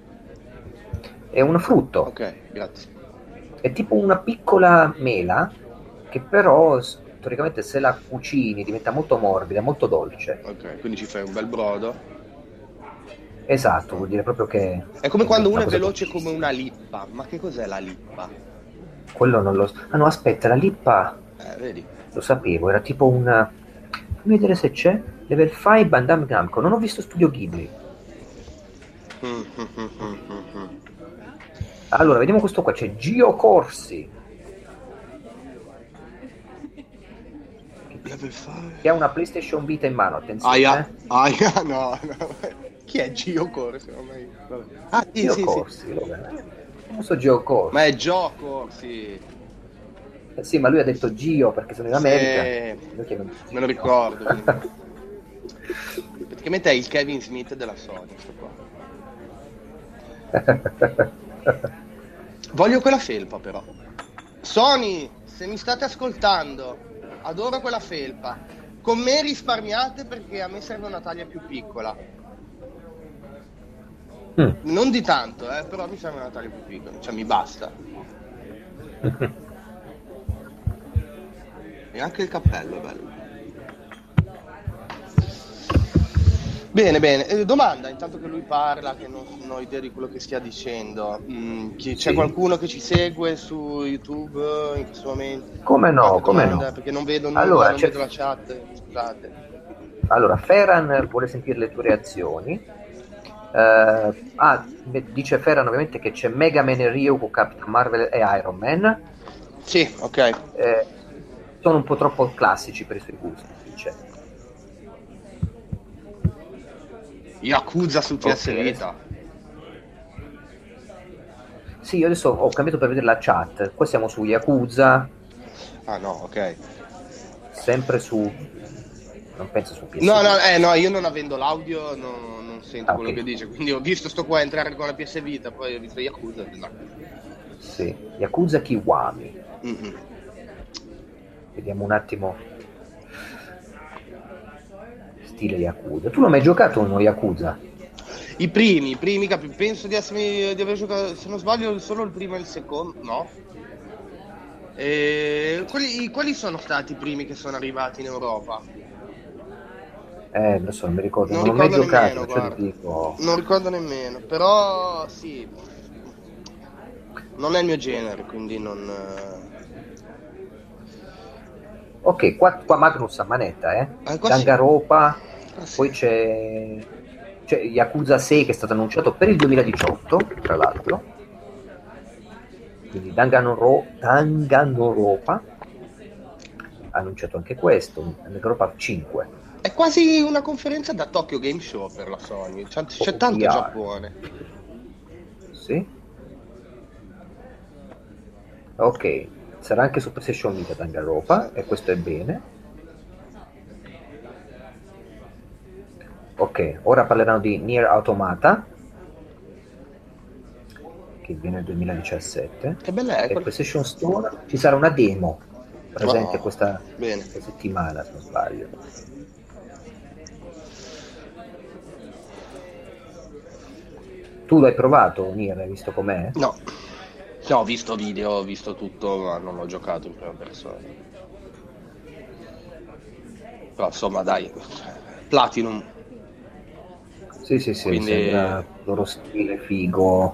È un frutto, Ok, grazie. è tipo una piccola mela che però storicamente se la cucini diventa molto morbida, molto dolce. Ok, quindi ci fai un bel brodo. Esatto, vuol dire proprio che È come quando uno una è cosa veloce come dolcissima. una lippa. Ma che cos'è la lippa? Quello non lo. Ah no, aspetta, la lippa Vedi? lo sapevo, era tipo un. Fammi vedere se c'è. Level 5 Bandai Namco. Non ho visto Studio Ghibli. Allora, vediamo questo qua. C'è Gio Corsi. Che Level 5. Che ha una PlayStation Vita in mano, Aia, attenzione. aia, no, no. Chi è Gio Corsi? Vabbè. Ah, sì, Gio sì, sì. Corsi, non so Gio Ma è Corsi. gioco, sì. Sì, ma lui ha detto Gio perché sono in America. Se... Lo chiamano Me lo Gio. ricordo, quindi. Praticamente è il Kevin Smith della Sony, sto qua. Voglio quella felpa, però. Sony, se mi state ascoltando, adoro quella felpa. Con me risparmiate perché a me serve una taglia più piccola. Non di tanto, però mi serve una taglia più piccola, cioè mi basta. E anche il cappello è bello. Bene, bene. Domanda, intanto che lui parla, che non ho idea di quello che stia dicendo. C'è Sì. qualcuno che ci segue su YouTube in questo momento? Come no, Qualche come domanda? no. Perché non vedo nulla, Allora, non vedo la chat, scusate. allora, Ferran vuole sentire le tue reazioni. Dice Ferran ovviamente che c'è Mega Man e Ryu con Capitan Marvel e Iron Man. Sì, ok. Sono un po' troppo classici per i suoi gusti, dice. Yakuza su PS Ok. Vita. Sì, io adesso ho cambiato per vedere la chat. Qua siamo su Yakuza, Ah no, ok. sempre su... non penso su PS No, Vita. no, io non avendo l'audio non sento quello Ok. che dice, quindi ho visto sto qua entrare con la PS Vita, poi ho visto Yakuza. No. Sì, Yakuza Kiwami. Mm-mm. Vediamo un attimo. Stile Yakuza. Tu non hai mai giocato uno Yakuza? I primi, penso di aver giocato, se non sbaglio, solo il primo e il secondo, no? Quali sono stati i primi che sono arrivati in Europa? Adesso non mi ricordo, Non non l'ho mai ricordo giocato, nemmeno, perciò ti guarda. dico... Non ricordo nemmeno, però sì, non è il mio genere, quindi non... Ok, qua Magnus a manetta, Qua sì. Danganronpa, Qua sì. poi c'è Yakuza 6 che è stato annunciato per il 2018, tra l'altro. Quindi Danganronpa ha annunciato anche questo, Danganronpa 5. È quasi una conferenza da Tokyo Game Show per la Sony, c'è tanto VR. Giappone. Sì. Ok, sarà anche su PlayStation Vita Danganronpa, e questo è bene. Ok, ora parleranno di Nier Automata, che viene nel 2017. Che bella è E quella. PlayStation Store ci sarà una demo presente Oh, questa bene. settimana, se non sbaglio. Tu l'hai provato, Nier? Hai visto com'è? No. No, ho visto video, ho visto tutto, ma non l'ho giocato in prima persona. Però insomma, dai, Platinum. Sì, Quindi... sembra loro stile figo.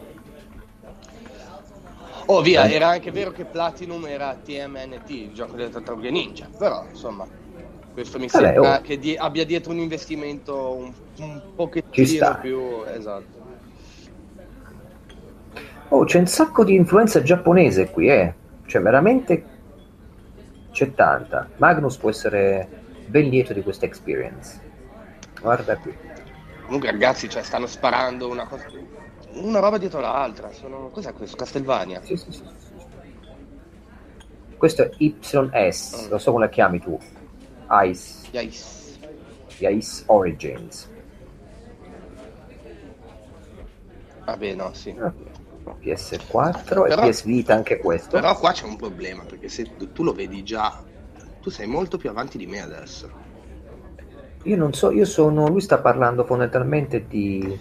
Oh via, era anche vero che Platinum era TMNT, il gioco delle tartarughe ninja, però insomma, questo mi sembra che abbia dietro un investimento un pochettino più... Esatto. Oh, c'è un sacco di influenza giapponese qui, Cioè, veramente c'è tanta. Magnus può essere ben lieto di questa experience. Guarda qui. Comunque ragazzi, cioè, stanno sparando una roba dietro l'altra. Cos'è questo? Castlevania? Sì. Questo è YS, non so come la chiami tu. Ice Origins. Vabbè, no, sì. PS4 però, e PS Vita anche questo. Però qua c'è un problema, perché se tu lo vedi già, tu sei molto più avanti di me adesso. Io non so, lui sta parlando fondamentalmente di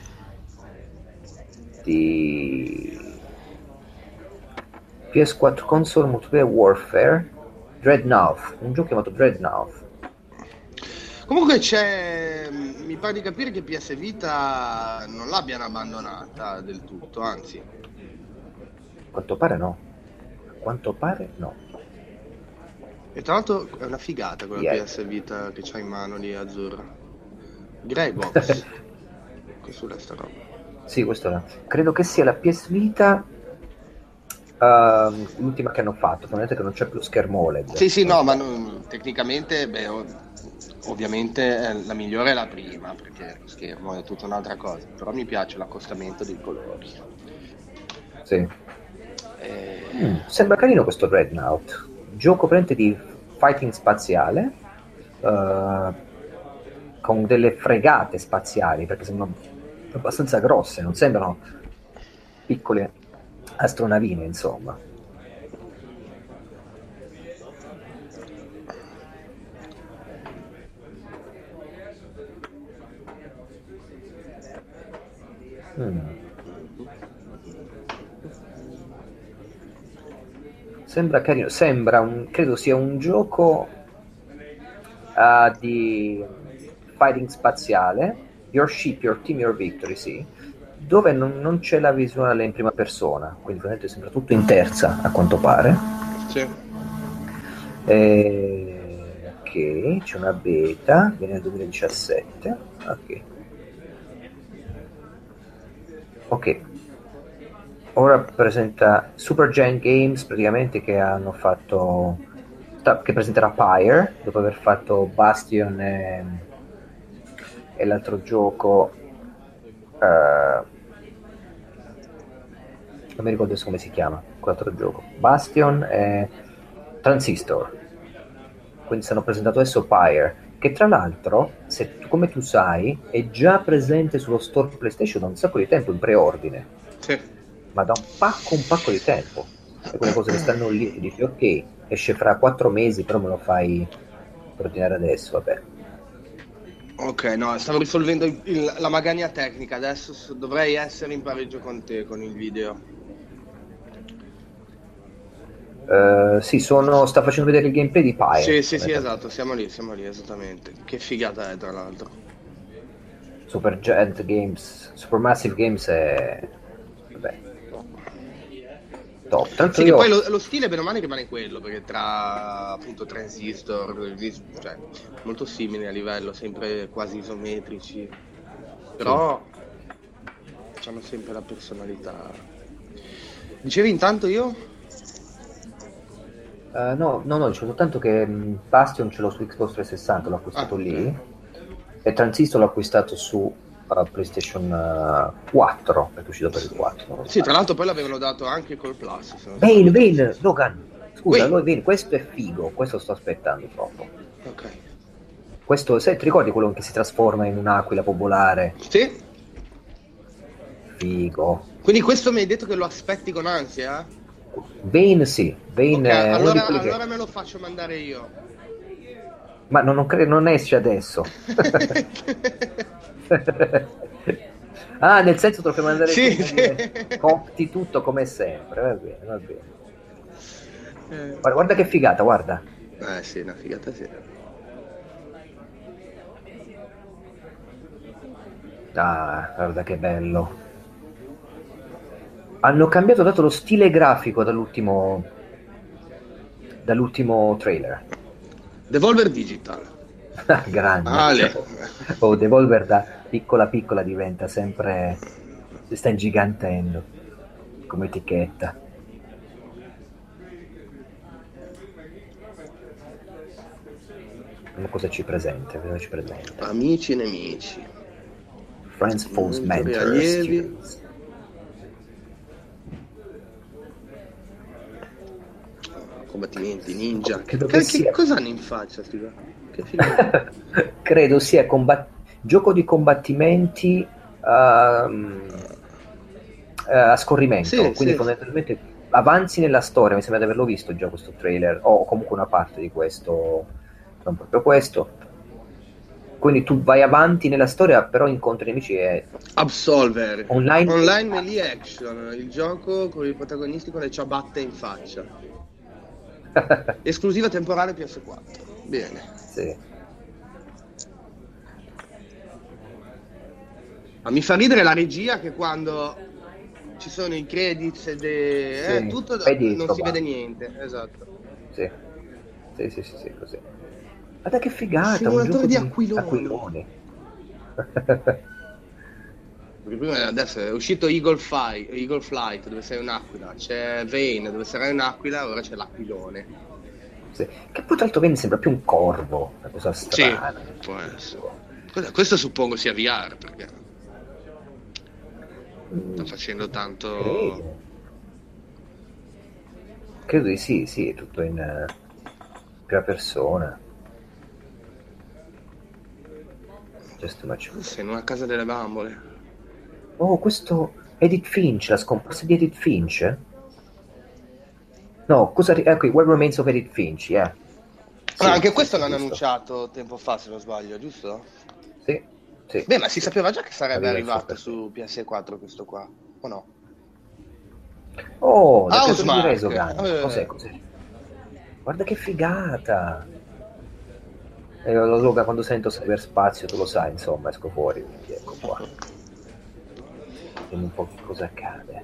PS4 console multiplayer warfare Dreadnought, un gioco chiamato Dreadnought. Comunque mi pare di capire che PS Vita non l'abbiano abbandonata del tutto, anzi. A quanto pare no. E tra l'altro è una figata quella PS Vita che c'ha in mano lì azzurra. Greybox. Cos'è sta roba? Sì, questo credo che sia la PS Vita L'ultima che hanno fatto, fondamentalmente che non c'è più schermo OLED. Sì, sì, no, ma tecnicamente, beh, ovviamente la migliore è la prima, perché lo schermo è tutta un'altra cosa, però mi piace l'accostamento dei colori. Sì. Eh, Sembra carino questo Dreadnought, gioco praticamente di fighting spaziale, con delle fregate spaziali, perché sembrano abbastanza grosse, non sembrano piccole astronavine, insomma. Mm. Sembra carino, credo sia un gioco di fighting spaziale, Your Ship, Your Team, Your Victory, sì, dove non c'è la visuale in prima persona, quindi praticamente sembra tutto in terza, a quanto pare. sì. Ok, c'è una beta, viene nel 2017, ok. Ok, ora presenta Supergiant Games, praticamente che hanno fatto, che presenterà Pyre dopo aver fatto Bastion e l'altro gioco, non mi ricordo adesso come si chiama quell'altro gioco, Bastion e Transistor. Quindi stanno presentato adesso Pyre, che tra l'altro, come tu sai, è già presente sullo store PlayStation da un sacco di tempo in preordine, Sì. ma da un pacco di tempo. E quelle cose che stanno lì, ti dici ok, esce fra 4 mesi, però me lo fai per ordinare adesso, vabbè. Ok, no, stavo risolvendo la magagna tecnica, adesso dovrei essere in pareggio con te con il video. Sì, sta facendo vedere il gameplay di Pyre, Sì, sì, sì, fondamentalmente. esatto, siamo lì, esattamente. Che figata è, tra l'altro. Supermassive Games è, vabbè, top. Tra l'altro Sì, che poi io, lo stile bene o male rimane quello, perché tra appunto Transistor, cioè molto simili a livello, sempre quasi isometrici, sì. però hanno sempre la personalità. Dicevi intanto io? No, no, no, dicevo soltanto che Bastion ce l'ho su Xbox 360, l'ho Ah, acquistato ok. lì, e Transistor l'ho acquistato su PlayStation 4, perché è uscito per il 4, non lo Sì, tra sbaglio. l'altro poi l'avevano dato anche col Plus, se non Bane, sbaglio. Bane, Logan, scusa, Ui, Bane, questo è figo, questo sto aspettando troppo. ok. Questo, sai, ti ricordi quello che si trasforma in un'aquila popolare? Sì? Figo. Quindi questo mi hai detto che lo aspetti con ansia? Bane sì, Ok, Bane è uno di allora, quelli allora che... me lo faccio mandare io. Ma non credo, non esce adesso. Ah, nel senso te lo fai mandare tu, Sì, come sì. dire, copti tutto come sempre, va bene, va bene. Eh, Guarda, guarda che figata, guarda. sì, una figata sì. Ah, guarda che bello. Hanno cambiato dato lo stile grafico dall'ultimo trailer. Devolver Digital. Grande. Ale. Oh, Devolver da piccola piccola diventa sempre, si sta ingigantendo come etichetta. Vediamo cosa ci presenta, cosa ci presenta. Amici e nemici. Friends, foes, Mentori, mentors, allievi. students. Combattimenti, ninja. Credo che Che sia cosa hanno in faccia, sti qua? Che figata. credo sia gioco di combattimenti a scorrimento, Sì, quindi sì. fondamentalmente avanzi nella storia, mi sembra di averlo visto già questo trailer, o comunque una parte di questo, non proprio questo. Quindi tu vai avanti nella storia, però incontri nemici e Absolver. online. Online Melee Action. Il gioco con i protagonisti con le ciabatte in faccia. Esclusiva temporale PS4. Bene. Sì. Ma mi fa ridere la regia che quando ci sono i credits e Sì, tutto vedi non si vede roba. niente. Esatto. Sì. Sì, sì, sì, sì, così. Guarda che Il figata, un simulatore gioco di di aquiloni. aquiloni. Adesso è uscito Eagle Flight, dove sei un'aquila, c'è Vane, dove sarai un'aquila, ora c'è l'aquilone. Sì. Che poi tra l'altro Vane sembra più un corvo, una cosa strana. Sì, può essere. Questo suppongo sia VR, perché sta facendo tanto... Credo di sì, è tutto in prima persona. Just too much. Sei in una casa delle bambole. Oh, questo Edith Finch, la scomparsa di Edith Finch? No, cosa... Ecco, What Remains of Edith Finch, yeah. Sì, anche questo l'hanno annunciato tempo fa, se non sbaglio, giusto? Sì. Beh, ma si sapeva già che sarebbe arrivato su PS4 questo qua, o no? Oh, da Housemarque. creatore di Resogun. Cos'è? Guarda che figata! Logan, quando sento cyberspazio, tu lo sai, insomma, esco fuori, quindi ecco qua. Vediamo un po' che cosa accade.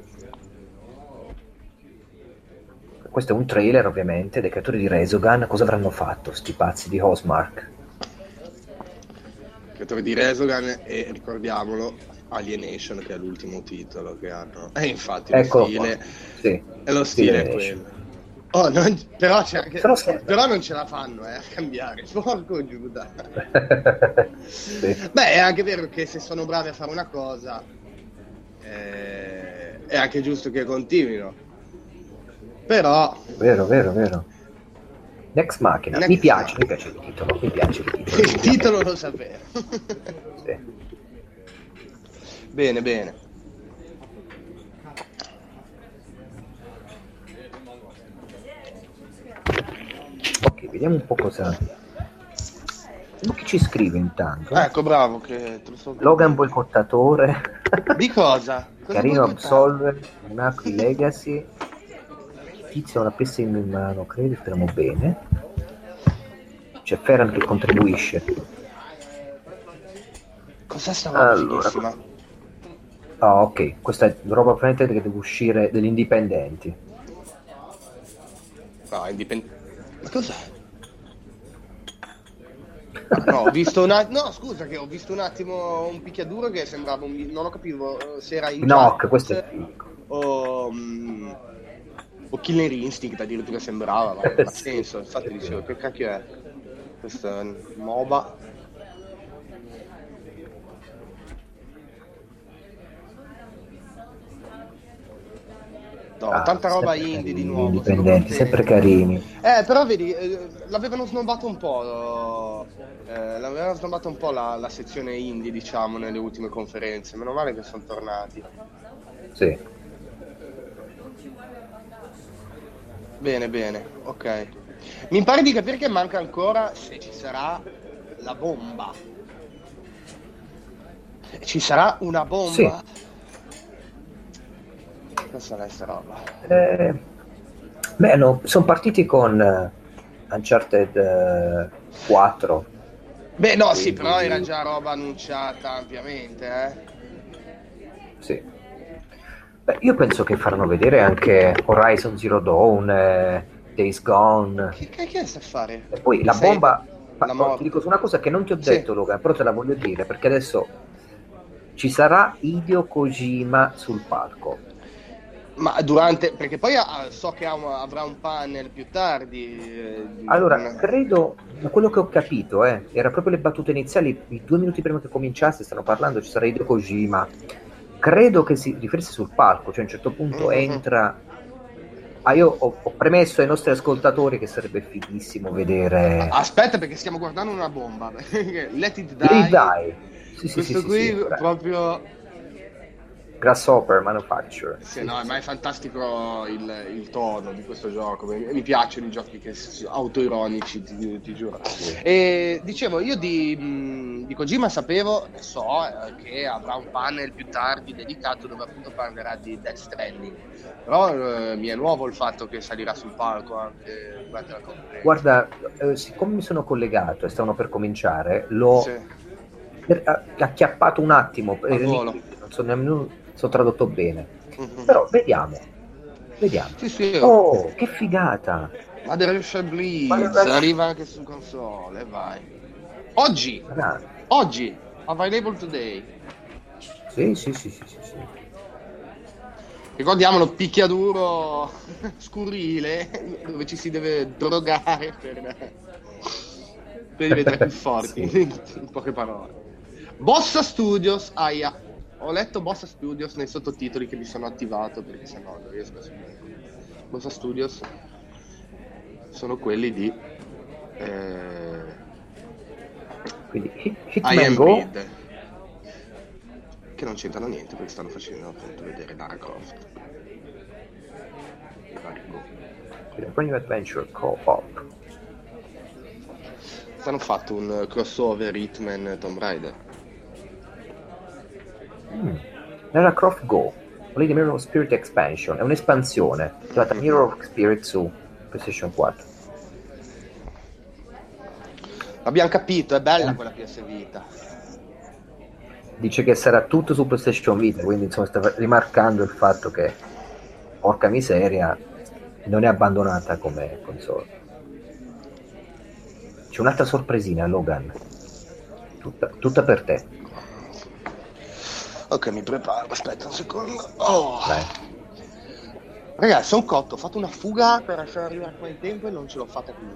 Questo è un trailer, ovviamente, dei creatori di Resogun. Cosa avranno fatto sti pazzi di Housemarque? Creatori di Resogun e, ricordiamolo, Alienation, che è l'ultimo titolo che hanno. E infatti lo stile... Sì, è lo stile è quello. Oh, però c'è anche... Però non ce la fanno a cambiare. Porco Giuda. Sì. Beh, è anche vero che se sono bravi a fare una cosa è anche giusto che continuino. Però... Vero. Next Machina. Mi piace il titolo. Il titolo lo sapevo. Sì. Bene. Ok, vediamo un po' cosa... Chi ci scrive intanto? Ecco, bravo che te lo so. Logan boicottatore. Di cosa? Carino Absolver, Monaco Legacy. Tizio ha una pista in mano, credo, speriamo bene. C'è Ferran che contribuisce. Cos'è sta roba fighissima? Ah, ok, questa è roba che deve uscire degli indipendenti. No, ma cos'è? No, ho visto no, scusa, che ho visto un attimo un picchiaduro che sembrava non ho capito se era in Knock, questo è o Killer Instinct addirittura sembrava, ma non ha senso. Infatti dicevo, che cacchio è? Questo è un MOBA. No, tanta roba indie di nuovo. Indipendenti, sempre carini. Però vedi, l'avevano snobbato un po'. L'avevano snobbato un po' la sezione indie, diciamo, nelle ultime conferenze. Meno male che sono tornati. Sì. Bene, ok. Mi pare di capire che manca ancora se ci sarà la bomba. Ci sarà una bomba? Sì. Cosa sarà sta roba? Beh, no, sono partiti con Uncharted 4. Beh, no, sì, però era già roba annunciata ampiamente, Sì. Beh, io penso che faranno vedere anche Horizon Zero Dawn, Days Gone. Che cacchio sta a fare? E poi la bomba... ti dico una cosa che non ti ho detto, Logan, però te la voglio dire, perché adesso ci sarà Hideo Kojima sul palco. Ma perché poi so che avrà un panel più tardi. Allora, credo, da quello che ho capito, era proprio le battute iniziali, i 2 minuti prima che cominciasse, stanno parlando, ci sarà Hideo Kojima. Credo che si riferisse sul palco, cioè a un certo punto entra... io ho premesso ai nostri ascoltatori che sarebbe fighissimo vedere... Aspetta, perché stiamo guardando una bomba. Let it die. Let it die. Questo qui proprio... Grasshopper Manufacturer. Sì, no, ma è fantastico il tono di questo gioco. Mi piacciono i giochi che autoironici, ti giuro. E dicevo, io di Kojima sapevo, so, che avrà un panel più tardi dedicato dove appunto parlerà di Death Stranding. Però mi è nuovo il fatto che salirà sul palco anche durante la conferenza. Guarda, siccome mi sono collegato e stavano per cominciare, l'ho acchiappato un attimo. Non so nemmeno se ho tradotto bene. Però vediamo. Sì. Oh, che figata! Mother Blitz arriva anche su console, vai. Oggi, available today. Sì, sì, sì, sì, sì, sì. Ricordiamolo, picchiaduro scurrile dove ci si deve drogare per diventare più forti, Sì. in poche parole. Bossa Studios, aia. Ho letto Bossa Studios nei sottotitoli che mi sono attivato perché sennò non riesco a seguire. Bossa Studios sono quelli di Quindi I Hitman Am Go. Reed, che non c'entrano niente perché stanno facendo appunto vedere Lara Croft. Bring You Adventure Co-op. Hanno fatto un crossover Hitman Tomb Raider. Lara Croft Go, Lady Mirror of Spirit Expansion, è un'espansione chiamata Mirror of Spirit su PlayStation 4. Abbiamo capito, è bella quella PS Vita. Dice che sarà tutto su PlayStation Vita, quindi insomma sta rimarcando il fatto che, porca miseria, non è abbandonata come console. C'è un'altra sorpresina, Logan, tutta per te. Ok, mi preparo, aspetta un secondo. Oh. Dai. Ragazzi, sono cotto, ho fatto una fuga per lasciare arrivare qua in tempo e non ce l'ho fatta più.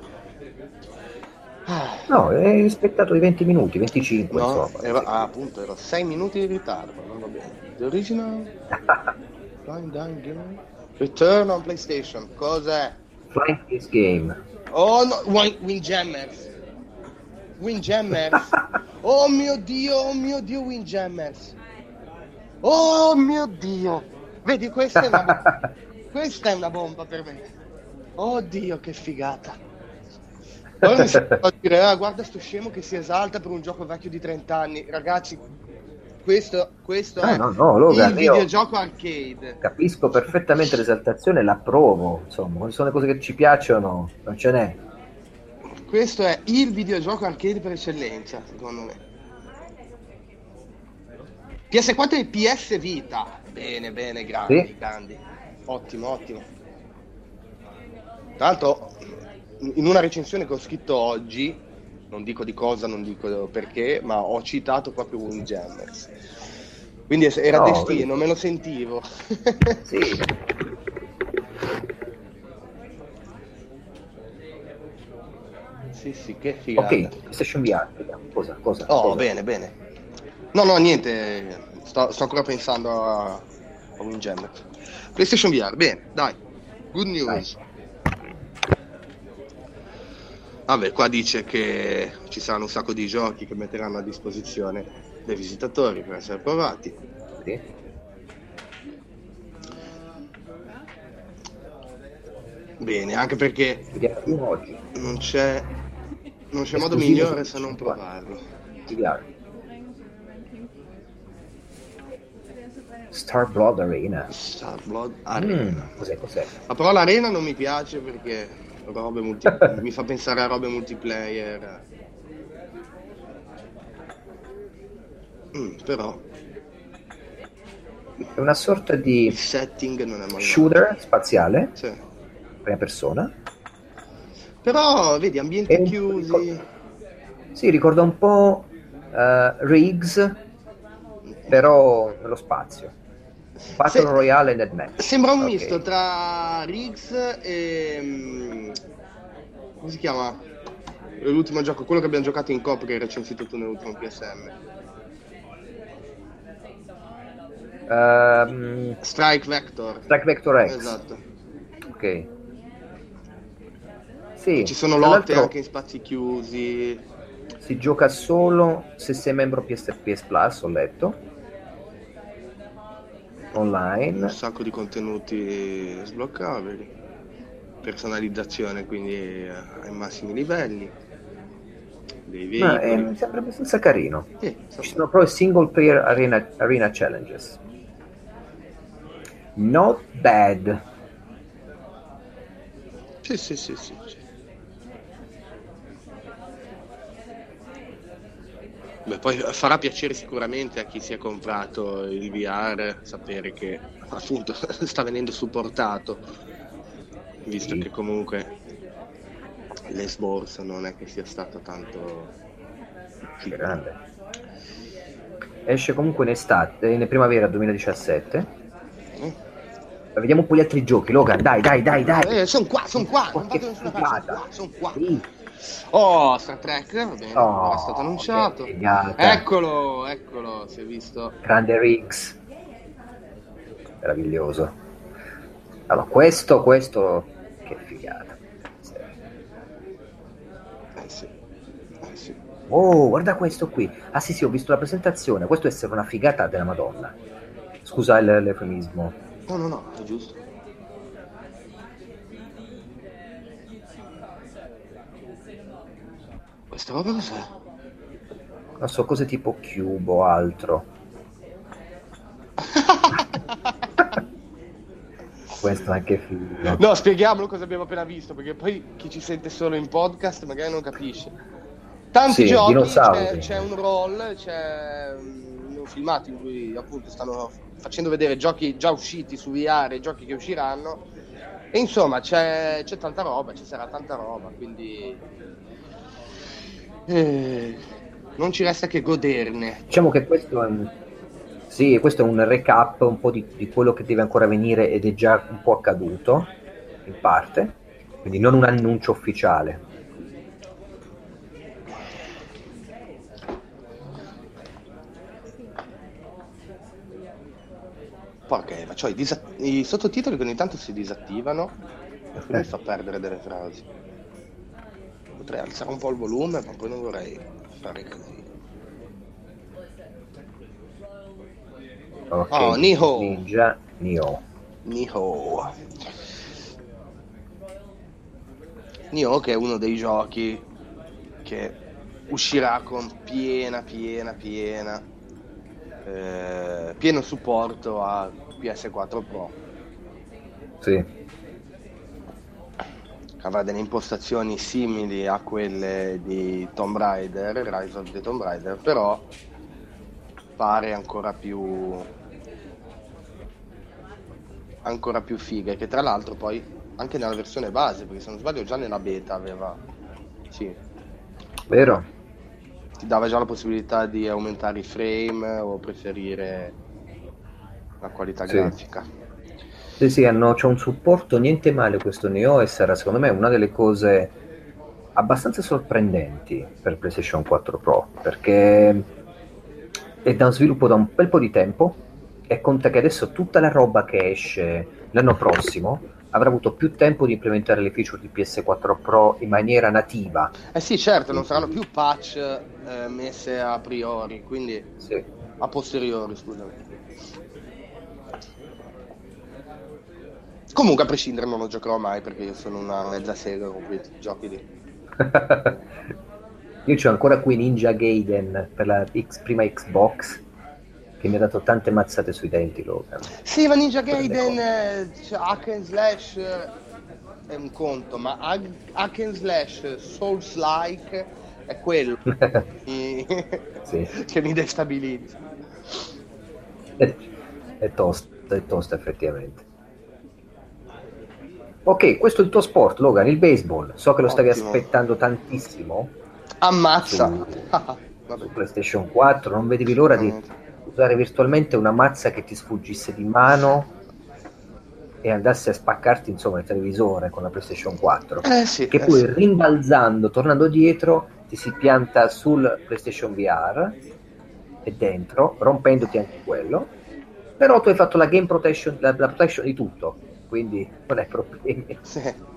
No, hai rispettato i 20 minuti, 25 No, insomma. appunto, ero 6 minuti di ritardo, non va bene. The Original Flying Down Game Return on PlayStation, cos'è? Flying This Game. Oh no, Windjammers. Windjammers. Oh mio Dio, Windjammers. Oh mio Dio. Vedi, questa è una bomba per me. Oh Dio, che figata. Ora mi sento dire, guarda sto scemo che si esalta per un gioco vecchio di 30 anni. Ragazzi, questo è Logan, il videogioco arcade. Capisco perfettamente l'esaltazione e l'approvo, insomma, quando sono le cose che ci piacciono, non ce n'è. Questo è il videogioco arcade per eccellenza, secondo me. PS4 e PS Vita. Bene, grandi, Sì. grandi. Ottimo. Tra l'altro, in una recensione che ho scritto oggi, non dico di cosa, non dico perché, ma ho citato proprio Windjammers. Quindi era destino, me lo sentivo. Sì. Sì, che figata. Ok, PlayStation VR, cosa? Oh, bene. No, niente, sto ancora pensando a Windjammers. PlayStation VR, bene, dai. Good news. Dai. Vabbè, qua dice che ci saranno un sacco di giochi che metteranno a disposizione dei visitatori per essere provati. Sì. Bene, anche perché oggi. non c'è modo migliore se non provarlo. VR. Star Blood Arena. Cos'è? La parola arena non mi piace perché mi fa pensare a robe multiplayer. Però è una sorta di il setting non è male. Shooter spaziale. Sì. Prima persona. Però vedi, ambienti chiusi. Sì, ricorda un po' Riggs, però nello spazio. Battle Royale e Dead Match. Sembra un misto tra Riggs e come si chiama? L'ultimo gioco, quello che abbiamo giocato in coop che hai recensito tu nell'ultimo PSM. Strike Vector X. Esatto. Ok. Sì, ci sono lotte anche in spazi chiusi. Si gioca solo se sei membro PS Plus, ho letto. Online. Un sacco di contenuti sbloccabili. Personalizzazione quindi ai massimi livelli. Dei veicoli. Mi sembra abbastanza carino. Sì, ci sono proprio single player arena challenges. Not bad. Sì. Beh, poi farà piacere sicuramente a chi si è comprato il VR sapere che appunto sta venendo supportato, visto che comunque l'esborso non è che sia stato tanto grande. Esce comunque in estate, in primavera 2017. Mm. Vediamo un po' gli altri giochi, Logan, dai, dai, dai, dai. Sono qua, non Che vado da nessuna parte, figata. sono qua. Sì. Oh, Star Trek, va bene, ora è stato Oh, che annunciato. figata. Eccolo, si è visto. Grande Riggs. Meraviglioso. Allora, questo, che figata. Sì. Oh, guarda questo qui. Ah sì, ho visto la presentazione. Questo deve essere una figata della Madonna. Scusa l'eufemismo. No, è giusto. Questa roba cos'è? Non so, cose tipo Cube o altro. Questo è anche figo. No, spieghiamolo cosa abbiamo appena visto, perché poi chi ci sente solo in podcast magari non capisce. Tanti Sì, giochi, dinosauri. c'è un roll, un filmato in cui appunto stanno facendo vedere giochi già usciti su VR e giochi che usciranno. E insomma c'è tanta roba, ci sarà tanta roba, quindi non ci resta che goderne. Diciamo che questo è un recap un po' di quello che deve ancora venire ed è già un po' accaduto, in parte, quindi non un annuncio ufficiale. Porca, ma c'ho i sottotitoli che ogni tanto si disattivano e quindi mi fa perdere delle frasi. Potrei alzare un po' il volume, ma poi non vorrei fare casino. Ok, Oh, Nioh. Ninja Nioh. Nioh, che è uno dei giochi che uscirà con pieno supporto a PS4 Pro. Sì. Avrà delle impostazioni simili a quelle di Tomb Raider, Rise of the Tomb Raider, però pare ancora più fighe, che tra l'altro poi anche nella versione base, perché se non sbaglio già nella beta aveva, sì, Vero? ti dava già la possibilità di aumentare i frame o preferire la qualità Sì. grafica. Sì, c'è un supporto niente male questo Nioh e sarà secondo me una delle cose abbastanza sorprendenti per PlayStation 4 Pro, perché è da sviluppo da un bel po' di tempo e conta che adesso tutta la roba che esce l'anno prossimo avrà avuto più tempo di implementare le feature di PS4 Pro in maniera nativa. Eh sì, certo, non saranno più patch messe a priori, quindi Sì. a posteriori, scusami. Comunque a prescindere non lo giocherò mai perché io sono una mezza sega con quei giochi lì. Io c'ho ancora qui Ninja Gaiden per la prima Xbox che mi ha dato tante mazzate sui denti, Logan. Sì, ma Ninja Gaiden, hack and slash è un conto, ma hack and slash Souls-like è quello Sì. che mi destabilizza. È tosta effettivamente. Ok, questo è il tuo sport, Logan, il baseball. So che lo stavi Ottimo. aspettando tantissimo. Ammazza. Su PlayStation 4, non vedevi l'ora di usare virtualmente una mazza che ti sfuggisse di mano e andasse a spaccarti insomma il televisore con la PlayStation 4, Sì, che poi rimbalzando, tornando dietro, ti si pianta sul PlayStation VR e dentro, rompendoti anche quello, però tu hai fatto la game protection, la protection di tutto, quindi non hai problemi. Sì.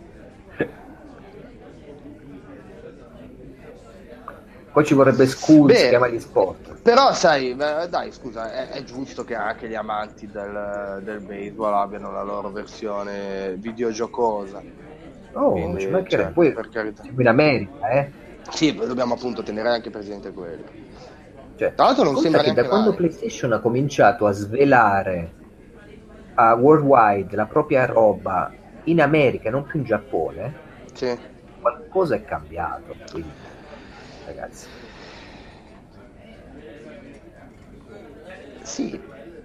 Poi ci vorrebbe Schools, si chiama gli sport. Però sai, dai scusa, è giusto che anche gli amanti del baseball abbiano la loro versione videogiocosa. Oh, quindi, ci mancherebbe. Poi per carità. siamo in America, Sì, dobbiamo appunto tenere anche presente quello. Cioè, Tra l'altro non sembra che neanche da quando male. PlayStation ha cominciato a svelare a worldwide la propria roba in America, non più in Giappone, Sì. qualcosa è cambiato. Quindi, ragazzi. Sì.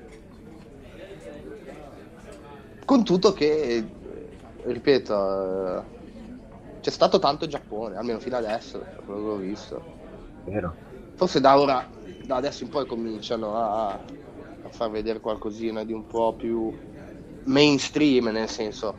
Con tutto che, ripeto, c'è stato tanto Giappone, almeno fino adesso, da quello che ho visto. Vero? Forse da ora da adesso in poi cominciano a far vedere qualcosina di un po' più mainstream, nel senso.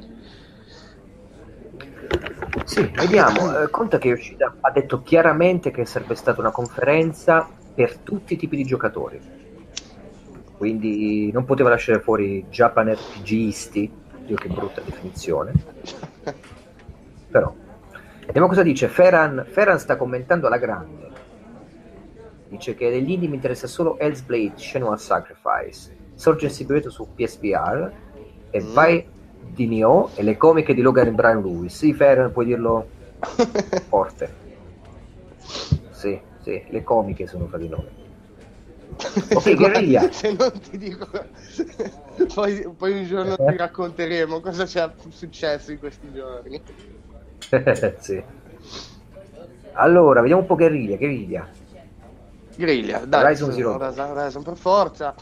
Sì, vediamo. Conta che Yoshida ha detto chiaramente che sarebbe stata una conferenza per tutti i tipi di giocatori, quindi non poteva lasciare fuori Japan RPGisti. Dio, che brutta definizione. Però vediamo cosa dice Ferran sta commentando alla grande, dice che degli indie mi interessa solo Hellblade Shenmue Sacrifice, sorge il segreto su PSVR e vai di Nioh e le comiche di Logan e Brian Lewis. Sì, Ferran, puoi dirlo forte. Sì, le comiche sono fra di noi. Ok, Guerriglia. Se non ti dico, poi un giorno ti racconteremo cosa ci è successo in questi giorni. Sì. Allora, vediamo un po' Guerriglia, dai, Horizon per forza.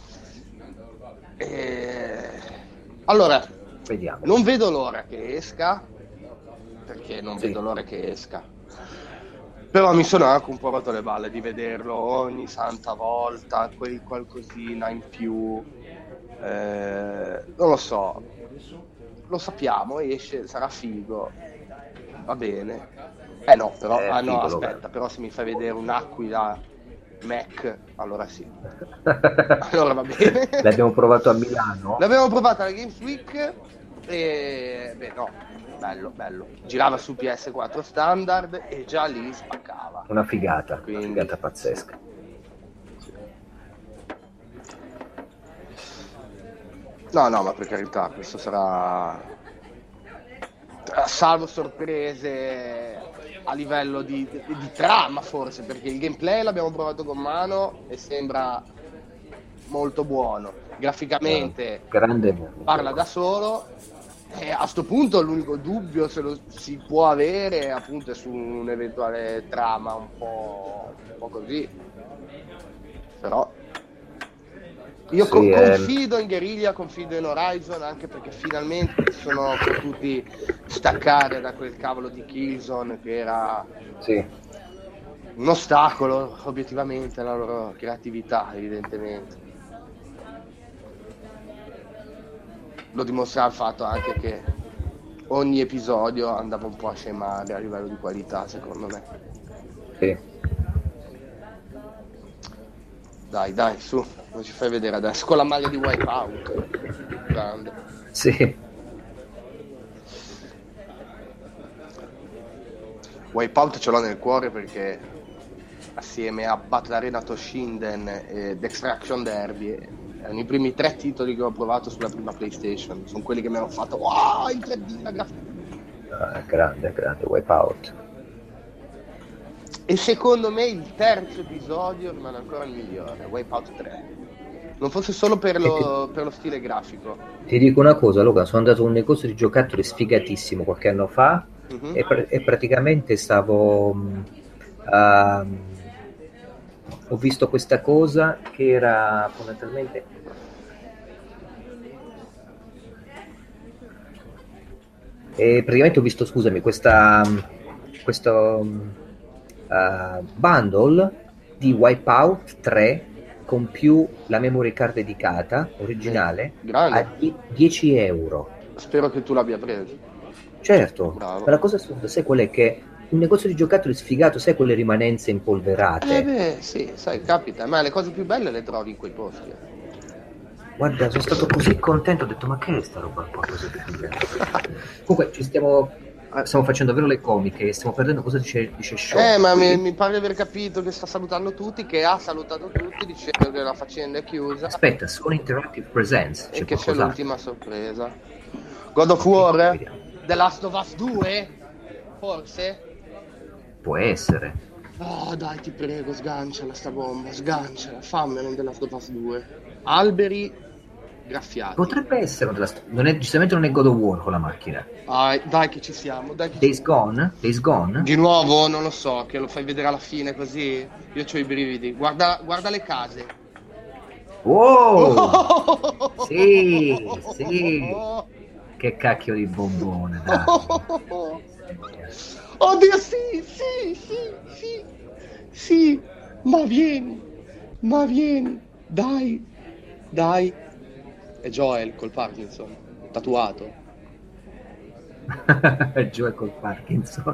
Allora, vediamo. non vedo l'ora che esca, però mi sono anche un po' rotto le balle di vederlo ogni santa volta, quel qualcosina in più, non lo so, lo sappiamo, esce, sarà figo, va bene. No, però no, aspetta, però se mi fai vedere un'Aquila Mac, allora sì. Allora va bene. L'abbiamo provato a Milano. L'abbiamo provata alla Games Week e no, bello. Girava su PS4 standard e già lì spaccava. Una figata, quindi, una figata pazzesca. No, ma per carità, questo sarà, salvo sorprese a livello di trama forse, perché il gameplay l'abbiamo provato con mano e sembra molto buono, graficamente grande parla da solo, e a sto punto l'unico dubbio se lo si può avere appunto è su un'eventuale trama un po' così, però io confido in Guerriglia, confido in Horizon, anche perché finalmente si sono potuti staccare da quel cavolo di Killzone che era un ostacolo obiettivamente alla loro creatività, evidentemente. Lo dimostra il fatto anche che ogni episodio andava un po' a scemare a livello di qualità, secondo me. Sì. Dai, su, lo ci fai vedere adesso con la maglia di Wipeout. Grande. Sì. Wipeout ce l'ho nel cuore perché assieme a Battle Arena Toshinden ed Extraction Derby erano i primi 3 titoli che ho provato sulla prima PlayStation. Sono quelli che mi hanno fatto wow, in 3D la grafica. Grande Wipeout. E secondo me il terzo episodio rimane ancora il migliore, Wipeout 3. Non fosse solo per lo stile grafico. Ti dico una cosa, Luca, sono andato a un negozio di giocattoli sfigatissimo qualche anno fa e praticamente ho visto questa cosa che era fondamentalmente e praticamente ho visto, scusami, questo bundle di Wipeout 3 con più la memory card dedicata originale a 10 euro. Spero che tu l'abbia preso. Certo. Bravo. Ma la cosa assurda, sai qual è? Che un negozio di giocattoli sfigato, sai quelle rimanenze impolverate? Sì, sai, capita, ma le cose più belle le trovi in quei posti. Guarda, sono stato così contento, ho detto ma che è sta roba qua così figa? Comunque stiamo facendo davvero le comiche, stiamo perdendo cosa dice Show. Ma mi pare di aver capito che sta salutando tutti, che ha salutato tutti dicendo che la faccenda è chiusa. Aspetta, Sony Interactive Presents. E che c'è l'ultima sorpresa. God of War? The Last of Us 2? Forse? Può essere. Oh dai, ti prego, sganciala sta bomba, sganciala, fammela un The Last of Us 2. Alberi graffiati. Potrebbe essere giustamente non è God of War con la macchina. Dai che ci siamo. Days Gone? Di nuovo, non lo so, che lo fai vedere alla fine così. Io c'ho i brividi. Guarda le case. Wow! Sì. Che cacchio di bombone, dai. Oddio, sì, ma vieni. Ma vieni, dai, dai. È Joel col Parkinson, tatuato. Joe col Parkinson.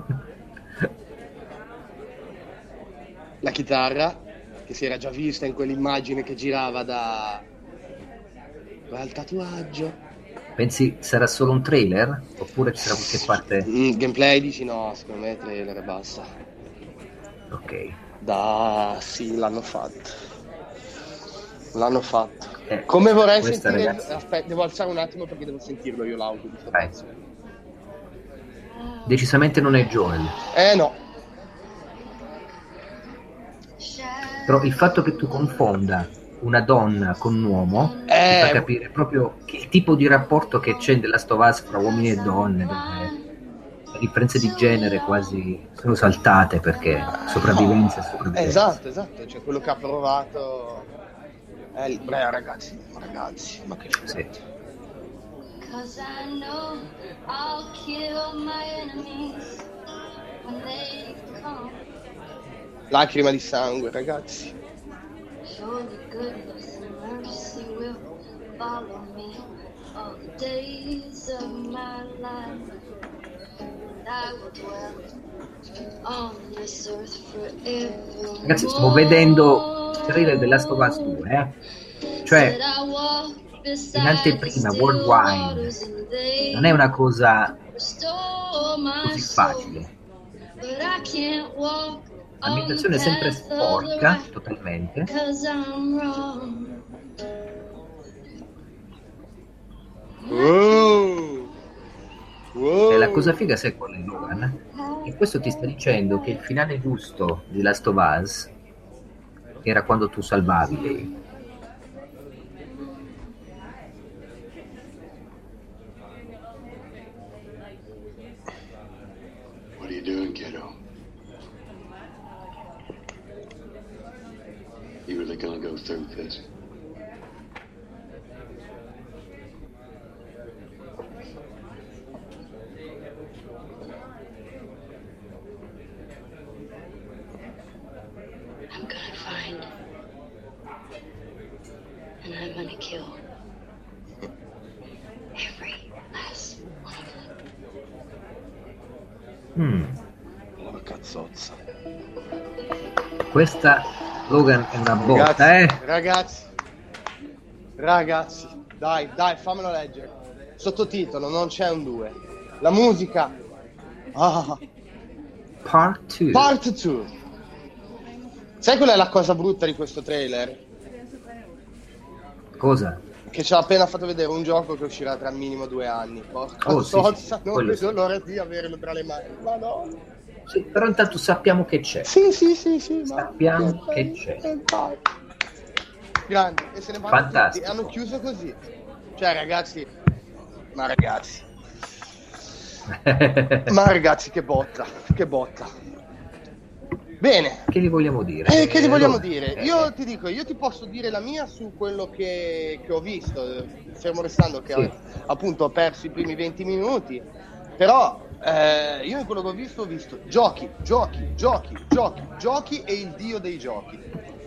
La chitarra, che si era già vista in quell'immagine che girava dal tatuaggio. Pensi sarà solo un trailer? Oppure ci sarà qualche parte... Gameplay dici no, secondo me trailer e basta. Ok. Sì, l'hanno fatto. Come vorrei questa, sentire... ragazzi... Aspetta, devo alzare un attimo perché devo sentirlo io l'audio. Decisamente non è Joel. No. Però il fatto che tu confonda una donna con un uomo ti fa capire proprio che il tipo di rapporto che c'è nella Last of Us fra uomini e donne, dove le differenze di genere quasi sono saltate perché sopravvivenza e sopravvivenza. Esatto, cioè quello che ha provato ragazzi, ma che sì. Lacrima di sangue, ragazzi. Ragazzi, stavo vedendo il trailer della Last of Us 2, cioè in anteprima worldwide non è una cosa così facile. L'ambientazione è sempre sporca totalmente. E la cosa figa sai qual è, Logan? E questo ti sta dicendo che il finale giusto di Last of Us era quando tu salvavi lei. What are you doing, kiddo? You really gonna go through this? I'm gonna find, and I'm gonna kill every last one of them. Oh, cazzozza. Questa, Logan, è una botta, Ragazzi, dai, fammelo leggere. Sottotitolo, non c'è un 2. La musica. Part 2. Sai qual è la cosa brutta di questo trailer? Cosa? Che ci ha appena fatto vedere un gioco che uscirà tra minimo 2 anni. Porca sozza, sì. non vedo l'ora di averlo tra le mani. Madonna. Sì, però intanto sappiamo che c'è. Sì. Sappiamo che c'è. Grande, e se ne vanno fantastico. tutti. Hanno chiuso così. Cioè, ragazzi. Ma ragazzi, che botta. Bene. Che gli vogliamo dire? Che gli vogliamo dire? Io ti dico, io ti posso dire la mia su quello che ho visto, fermo restando che appunto ho perso i primi 20 minuti, però io in quello che ho visto giochi e il dio dei giochi.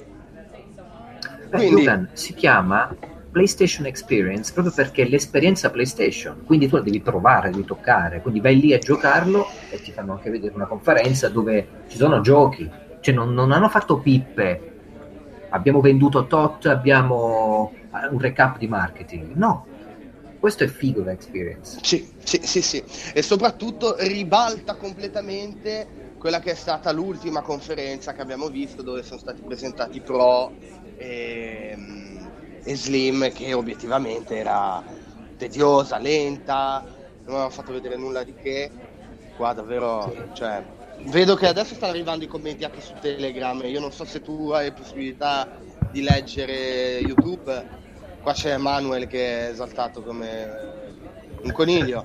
Quindi Logan, si chiama PlayStation Experience proprio perché è l'esperienza PlayStation, quindi tu la devi provare, devi toccare, quindi vai lì a giocarlo e ti fanno anche vedere una conferenza dove ci sono giochi, cioè non hanno fatto pippe, abbiamo venduto tot, abbiamo un recap di marketing, no, questo è figo da Experience. Sì, e soprattutto ribalta completamente quella che è stata l'ultima conferenza che abbiamo visto, dove sono stati presentati Pro e Slim, che obiettivamente era tediosa, lenta, non avevano fatto vedere nulla di che. Qua davvero, cioè, vedo che adesso stanno arrivando i commenti anche su Telegram. Io non so se tu hai possibilità di leggere YouTube. Qua c'è Manuel che è esaltato come un coniglio.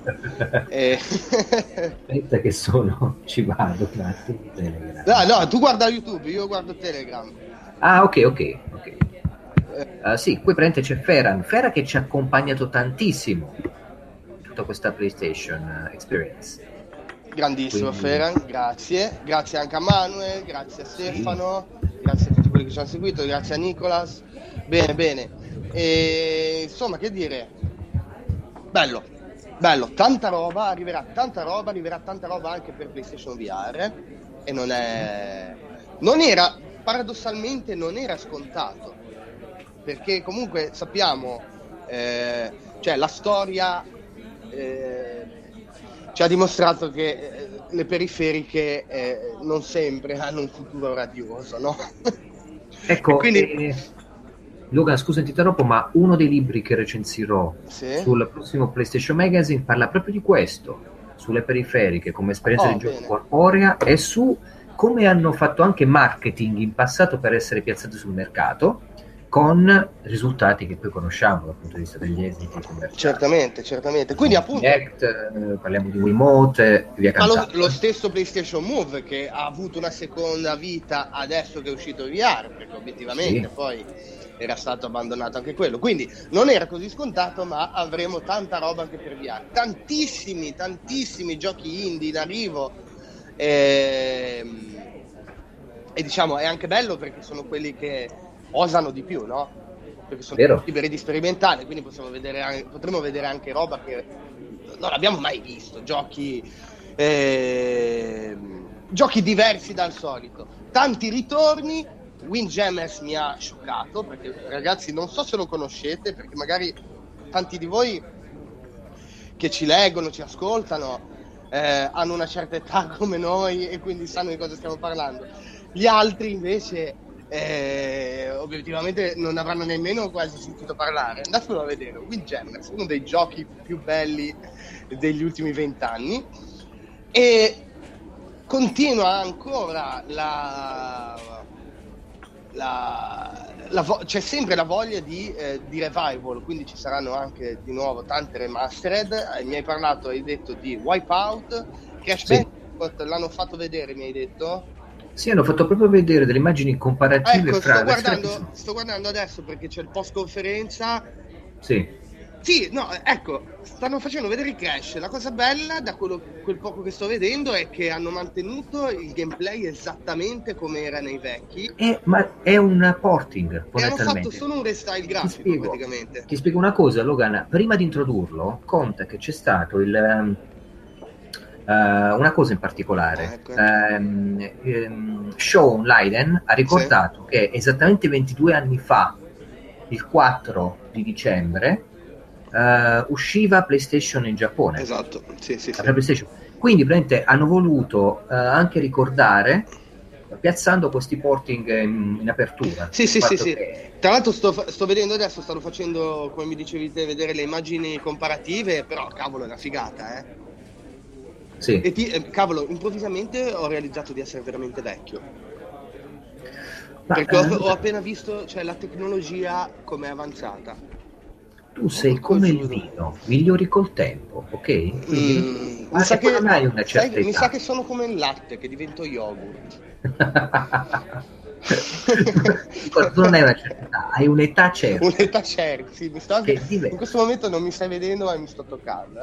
Aspetta che ci vado un attimo. Telegram. No, tu guarda YouTube, io guardo Telegram. Ah, ok. Sì, qui praticamente c'è Ferran che ci ha accompagnato tantissimo tutta questa PlayStation Experience. Grandissimo. Quindi... Ferran, grazie anche a Manuel, grazie a Stefano, grazie a tutti quelli che ci hanno seguito, grazie a Nicolas. Bene. E, insomma, che dire, bello, tanta roba, arriverà tanta roba anche per PlayStation VR, e non era, paradossalmente non era scontato, perché comunque sappiamo, cioè la storia ci ha dimostrato che le periferiche non sempre hanno un futuro radioso, no? Ecco, quindi... Logan, scusa ti interrompo, ma uno dei libri che recensirò sul prossimo PlayStation Magazine parla proprio di questo, sulle periferiche come esperienza di gioco corporea, e su come hanno fatto anche marketing in passato per essere piazzati sul mercato, con risultati che poi conosciamo dal punto di vista degli esiti commerciali. Certamente. Quindi appunto Kinect, parliamo di Wiimote, via cantando. Lo stesso PlayStation Move, che ha avuto una seconda vita adesso che è uscito il VR, perché obiettivamente poi era stato abbandonato anche quello, quindi non era così scontato, ma avremo tanta roba anche per VR, tantissimi giochi indie in arrivo, e diciamo è anche bello perché sono quelli che osano di più, no? Perché sono liberi di sperimentare, quindi potremo vedere anche roba che non abbiamo mai visto, giochi diversi dal solito, tanti ritorni. Windjammers mi ha scioccato, perché ragazzi non so se lo conoscete, perché magari tanti di voi che ci leggono, ci ascoltano, hanno una certa età come noi e quindi sanno di cosa stiamo parlando. Gli altri invece obiettivamente non avranno nemmeno quasi sentito parlare. Andatelo a vedere, Windjammers, uno dei giochi più belli degli ultimi 20 anni, e continua ancora c'è sempre la voglia di revival, quindi ci saranno anche di nuovo tante remastered. Mi hai parlato, hai detto di Wipeout, Crash Bandicoot, l'hanno fatto vedere, mi hai detto? Sì, hanno fatto proprio vedere delle immagini comparative fra... Sto guardando adesso perché c'è il post conferenza. Sì, no, ecco, stanno facendo vedere il Crash. La cosa bella da quel poco che sto vedendo è che hanno mantenuto il gameplay esattamente come era nei vecchi. Ma è un porting, e hanno fatto solo un restyle grafico, praticamente. Ti spiego una cosa, Logan. Prima di introdurlo, conta che c'è stato una cosa in particolare. Sean Layden ha ricordato che esattamente 22 anni fa, il 4 di dicembre, usciva PlayStation in Giappone. Esatto, sì. PlayStation. Quindi praticamente hanno voluto anche ricordare, piazzando questi porting in apertura. Sì. Tra l'altro sto vedendo adesso, stanno facendo, come mi dicevi te, vedere le immagini comparative, però cavolo è una figata, Sì. E cavolo, improvvisamente ho realizzato di essere veramente vecchio. Perché ho appena visto, cioè, la tecnologia com'è avanzata. Tu sei come il vino, migliori col tempo, ok? Mi sa che non hai una certa età. Mi sa che sono come il latte, che divento yogurt. Tu non hai una certa età, hai un'età certa. Un'età certa, sì. In questo momento non mi stai vedendo, ma mi sto toccando,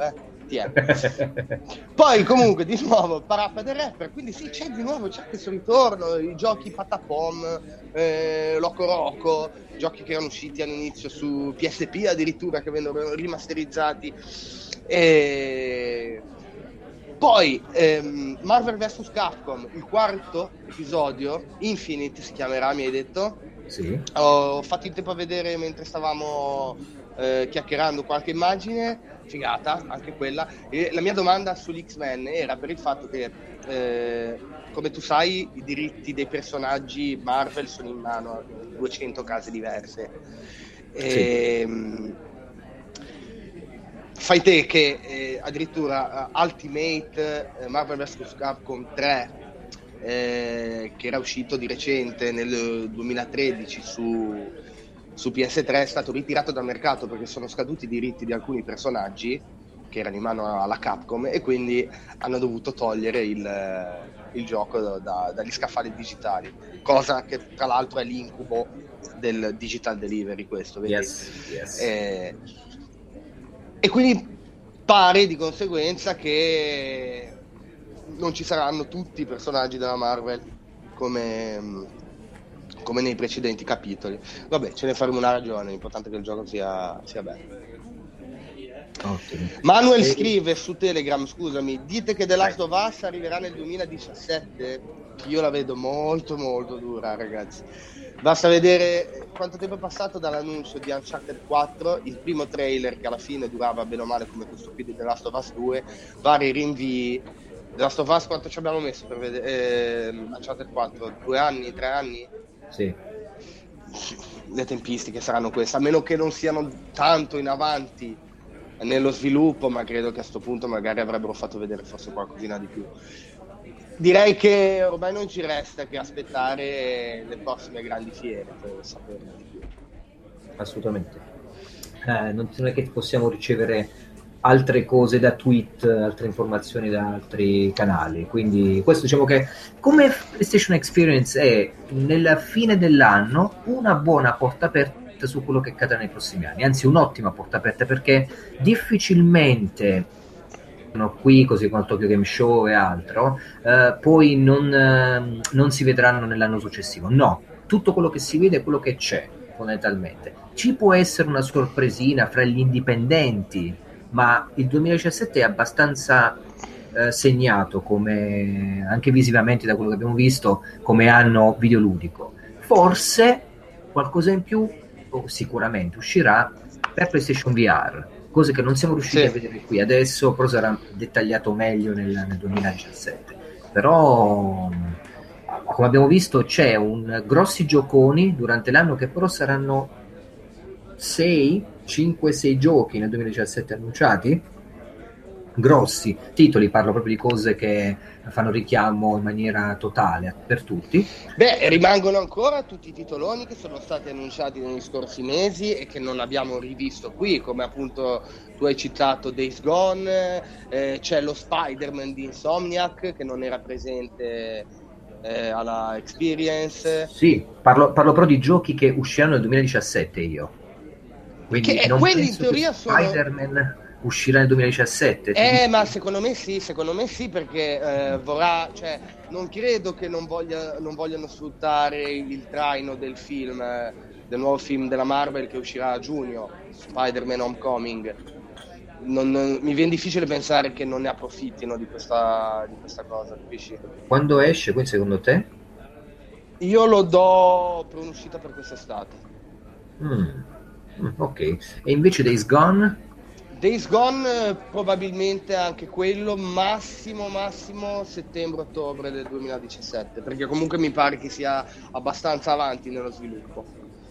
Poi comunque di nuovo Parappa the Rapper, quindi sì, c'è questo ritorno, i giochi Patapom, Loco Roco, giochi che erano usciti all'inizio su PSP addirittura, che vengono rimasterizzati, e poi Marvel vs Capcom, il quarto episodio, Infinite si chiamerà, mi hai detto? Sì. Ho fatto in tempo a vedere mentre stavamo chiacchierando qualche immagine. Figata anche quella. E la mia domanda sull'X-Men era per il fatto che come tu sai i diritti dei personaggi Marvel sono in mano a 200 case diverse, fai te che addirittura Ultimate Marvel vs Capcom 3 che era uscito di recente nel 2013 su PS3 è stato ritirato dal mercato perché sono scaduti i diritti di alcuni personaggi che erano in mano alla Capcom, e quindi hanno dovuto togliere il gioco dagli scaffali digitali, cosa che tra l'altro è l'incubo del digital delivery, questo, vedi? Yes. E quindi pare di conseguenza che non ci saranno tutti i personaggi della Marvel come come nei precedenti capitoli. Vabbè, ce ne faremo una ragione, l'importante è che il gioco sia bello. Ottimo. Manuel scrive su Telegram, scusami, dite che The Last of Us arriverà nel 2017? Io la vedo molto molto dura, ragazzi. Basta vedere quanto tempo è passato dall'annuncio di Uncharted 4, il primo trailer che alla fine durava bene o male come questo qui di The Last of Us 2, vari rinvii. The Last of Us quanto ci abbiamo messo per vedere Uncharted 4? 2 anni, 3 anni? Sì. Le tempistiche saranno queste, a meno che non siano tanto in avanti nello sviluppo, ma credo che a sto punto magari avrebbero fatto vedere forse qualcosina di più. Direi che ormai non ci resta che aspettare le prossime grandi fiere per saperne di più. Assolutamente. Non è che possiamo ricevere altre cose da tweet, altre informazioni da altri canali, quindi questo diciamo che come PlayStation Experience è nella fine dell'anno una buona porta aperta su quello che accadrà nei prossimi anni, anzi un'ottima porta aperta, perché difficilmente qui, così come il Tokyo Game Show e altro, poi non si vedranno nell'anno successivo. No, tutto quello che si vede è quello che c'è, fondamentalmente. Ci può essere una sorpresina fra gli indipendenti, ma il 2017 è abbastanza segnato, come anche visivamente da quello che abbiamo visto, come anno videoludico. Forse qualcosa in più sicuramente uscirà per PlayStation VR, cose che non siamo riusciti a vedere qui adesso, però sarà dettagliato meglio nel 2017. Però come abbiamo visto c'è un grossi gioconi durante l'anno, che però saranno 5-6 giochi nel 2017 annunciati, grossi titoli, parlo proprio di cose che fanno richiamo in maniera totale per tutti. Beh, rimangono ancora tutti i titoloni che sono stati annunciati negli scorsi mesi e che non abbiamo rivisto qui, come appunto tu hai citato Days Gone, c'è lo Spider-Man di Insomniac che non era presente alla Experience. Sì, parlo però di giochi che usciranno nel 2017 io. Quindi che non quelli in penso teoria che sono... Spider-Man uscirà nel 2017. Ma secondo me sì, perché vorrà, cioè, non credo che non vogliano sfruttare il traino del film, del nuovo film della Marvel che uscirà a giugno, Spider-Man Homecoming. Mi viene difficile pensare che non ne approfittino di questa cosa, capisci? Quando esce, quindi secondo te? Io lo do per un'uscita per quest'estate. Ok. E invece Days Gone? Days Gone probabilmente anche quello massimo settembre-ottobre del 2017, perché comunque mi pare che sia abbastanza avanti nello sviluppo.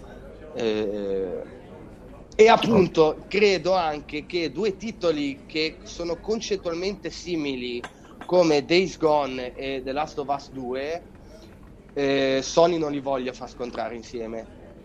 E appunto credo anche che due titoli che sono concettualmente simili come Days Gone e The Last of Us 2 Sony non li voglia far scontrare insieme.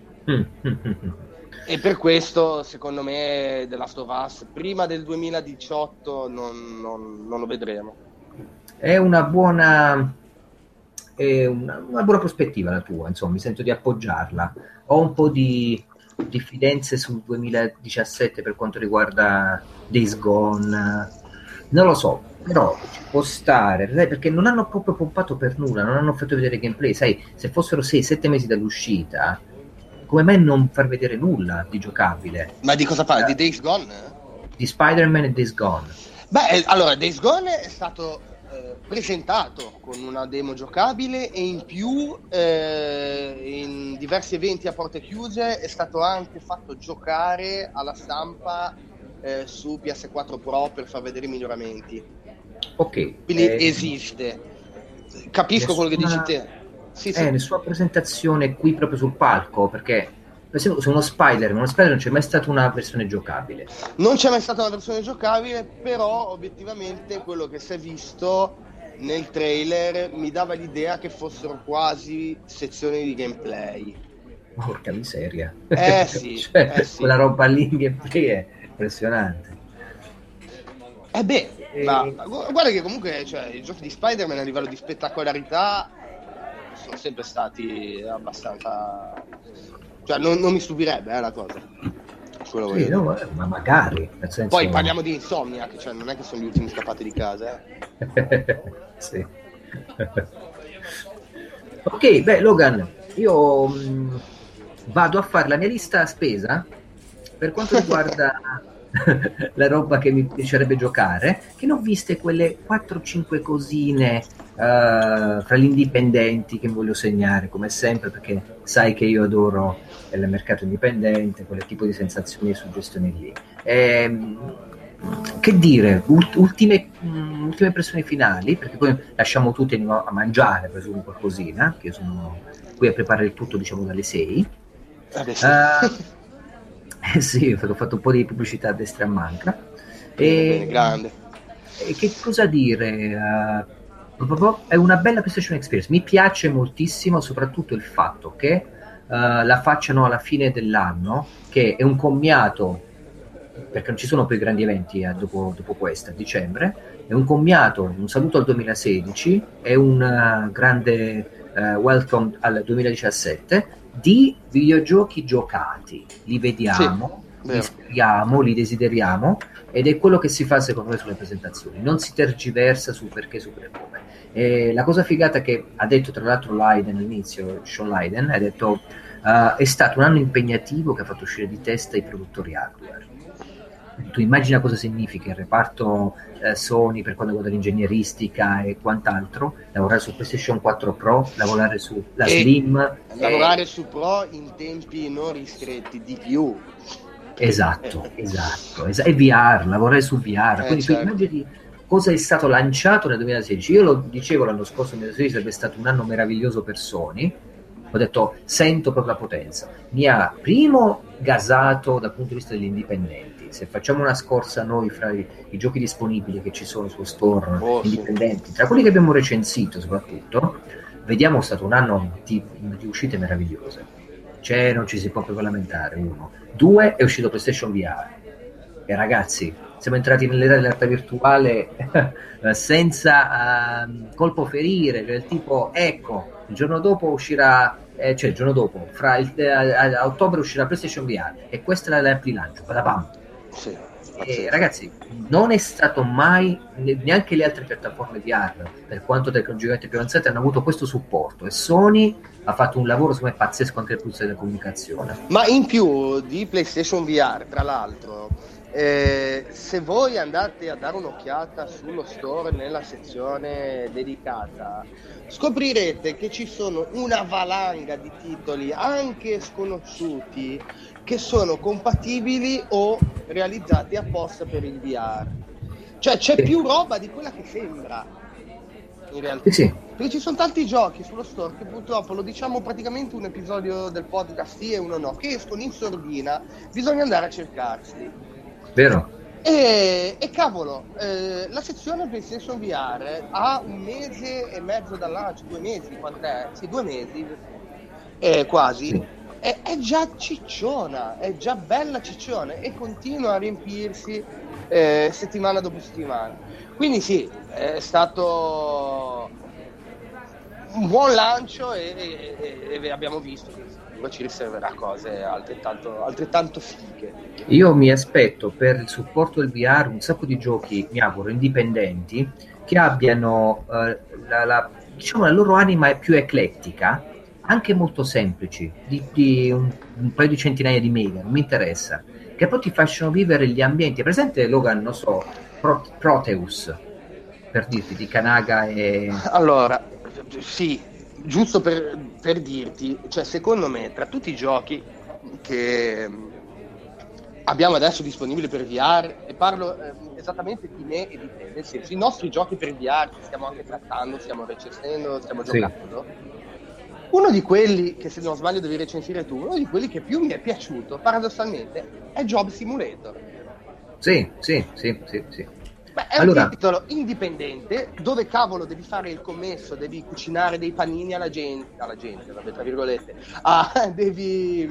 E per questo secondo me The Last of Us prima del 2018 non lo vedremo. È una buona prospettiva la tua, insomma, mi sento di appoggiarla. Ho un po' di diffidenze sul 2017 per quanto riguarda Days Gone, non lo so, però ci può stare, perché non hanno proprio pompato per nulla, non hanno fatto vedere gameplay, sai, se fossero 6-7 mesi dall'uscita, come mai non far vedere nulla di giocabile? Ma di cosa parli? Di Days Gone? Di Spider-Man e Days Gone. Beh, allora, Days Gone è stato presentato con una demo giocabile e in più in diversi eventi a porte chiuse è stato anche fatto giocare alla stampa su PS4 Pro per far vedere i miglioramenti. Ok. Quindi esiste. Capisco quello che dici te. Sì. Nessuna presentazione qui proprio sul palco, perché per esempio su uno Spider-Man non c'è mai stata una versione giocabile. Non c'è mai stata una versione giocabile, però obiettivamente quello che si è visto nel trailer mi dava l'idea che fossero quasi sezioni di gameplay. Porca miseria. Sì. Quella roba lì in gameplay è impressionante. Ma guarda che comunque i giochi di Spider-Man a livello di spettacolarità sono sempre stati abbastanza, non mi stupirebbe la cosa. Sì, no, ma magari nel senso... Poi parliamo di Insomniac, non è che sono gli ultimi scappati di casa. Sì. Ok, beh, Logan, io vado a fare la mia lista spesa per quanto riguarda la roba che mi piacerebbe giocare, che ne ho viste quelle 4-5 cosine fra gli indipendenti che mi voglio segnare, come sempre, perché sai che io adoro il mercato indipendente, quel tipo di sensazioni e suggestioni lì. Che dire, ultime impressioni finali, perché poi lasciamo tutti a mangiare, presumo qualcosina, che io sono qui a preparare il tutto, diciamo, dalle 6. Sì, ho fatto un po' di pubblicità a destra e a manca. Bene, grande. E che cosa dire? È una bella PlayStation Experience. Mi piace moltissimo, soprattutto il fatto che la facciano alla fine dell'anno, che è un commiato, perché non ci sono poi grandi eventi dopo questo, a dicembre. È un commiato, un saluto al 2016 e un grande welcome al 2017 di videogiochi giocati. Li vediamo, Sì, li speriamo, li desideriamo, ed è quello che si fa secondo me sulle presentazioni. Non si tergiversa su perché, su per come. E la cosa figata che ha detto tra l'altro Leiden all'inizio, Sean Leiden, ha detto è stato un anno impegnativo che ha fatto uscire di testa i produttori hardware. Tu immagina cosa significa il reparto Sony per quanto riguarda l'ingegneristica e quant'altro, lavorare su PlayStation 4 Pro, lavorare sulla Slim, lavorare su Pro in tempi non ristretti di più. Esatto, e VR, lavorare su VR, quindi certo. tu immagini cosa è stato lanciato nel 2016. Io lo dicevo l'anno scorso, nel 2016 sarebbe stato un anno meraviglioso per Sony. Ho detto, sento proprio la potenza. Mi ha primo gasato dal punto di vista degli indipendenti. Se facciamo una scorsa noi fra i giochi disponibili che ci sono sul store indipendenti, tra quelli che abbiamo recensito soprattutto, vediamo, è stato un anno di uscite meravigliose. Non ci si può proprio lamentare. 1, 2, è uscito PlayStation VR. E ragazzi, siamo entrati nell'era dell'arte virtuale senza colpo ferire, del tipo, ecco, il giorno dopo uscirà, il giorno dopo, a ottobre uscirà PlayStation VR, e questa è la di lancio, badabam. Sì, ragazzi, non è stato mai, neanche le altre piattaforme VR, per quanto tecnologicamente più avanzate, hanno avuto questo supporto, e Sony ha fatto un lavoro secondo me pazzesco anche dal punto di vista della comunicazione. Ma in più di PlayStation VR, tra l'altro, se voi andate a dare un'occhiata sullo store nella sezione dedicata, scoprirete che ci sono una valanga di titoli anche sconosciuti che sono compatibili o realizzati apposta per il VR. Cioè c'è più roba di quella che sembra in realtà. Sì. Perché ci sono tanti giochi sullo store che purtroppo, lo diciamo praticamente un episodio del podcast sì e uno no, che escono in sordina, bisogna andare a cercarseli. Vero? E cavolo, la sezione PlayStation VR ha 1 mese e mezzo dal lancio, 2 mesi, quant'è? Sì, 2 mesi, quasi. Sì. È già cicciona, è già bella cicciona e continua a riempirsi settimana dopo settimana. Quindi sì, è stato un buon lancio e abbiamo visto che ci riserverà cose altrettanto fighe. Io mi aspetto per il supporto del VR un sacco di giochi, mi auguro, indipendenti, che abbiano diciamo la loro anima più eclettica, anche molto semplici, di un paio di centinaia di mega, non mi interessa, che poi ti facciano vivere gli ambienti. Presente, Logan, non so, Proteus, per dirti, di Kanaga e... Allora, sì, giusto per dirti, cioè secondo me tra tutti i giochi che abbiamo adesso disponibili per VR, e parlo esattamente di me e di te, nel senso i nostri giochi per VR che stiamo anche trattando, stiamo recensendo, stiamo giocando, uno di quelli che, se non sbaglio devi recensire tu, uno di quelli che più mi è piaciuto paradossalmente è Job Simulator. Sì. Beh, è un titolo indipendente dove cavolo devi fare il commesso, devi cucinare dei panini alla gente, vabbè, tra virgolette, devi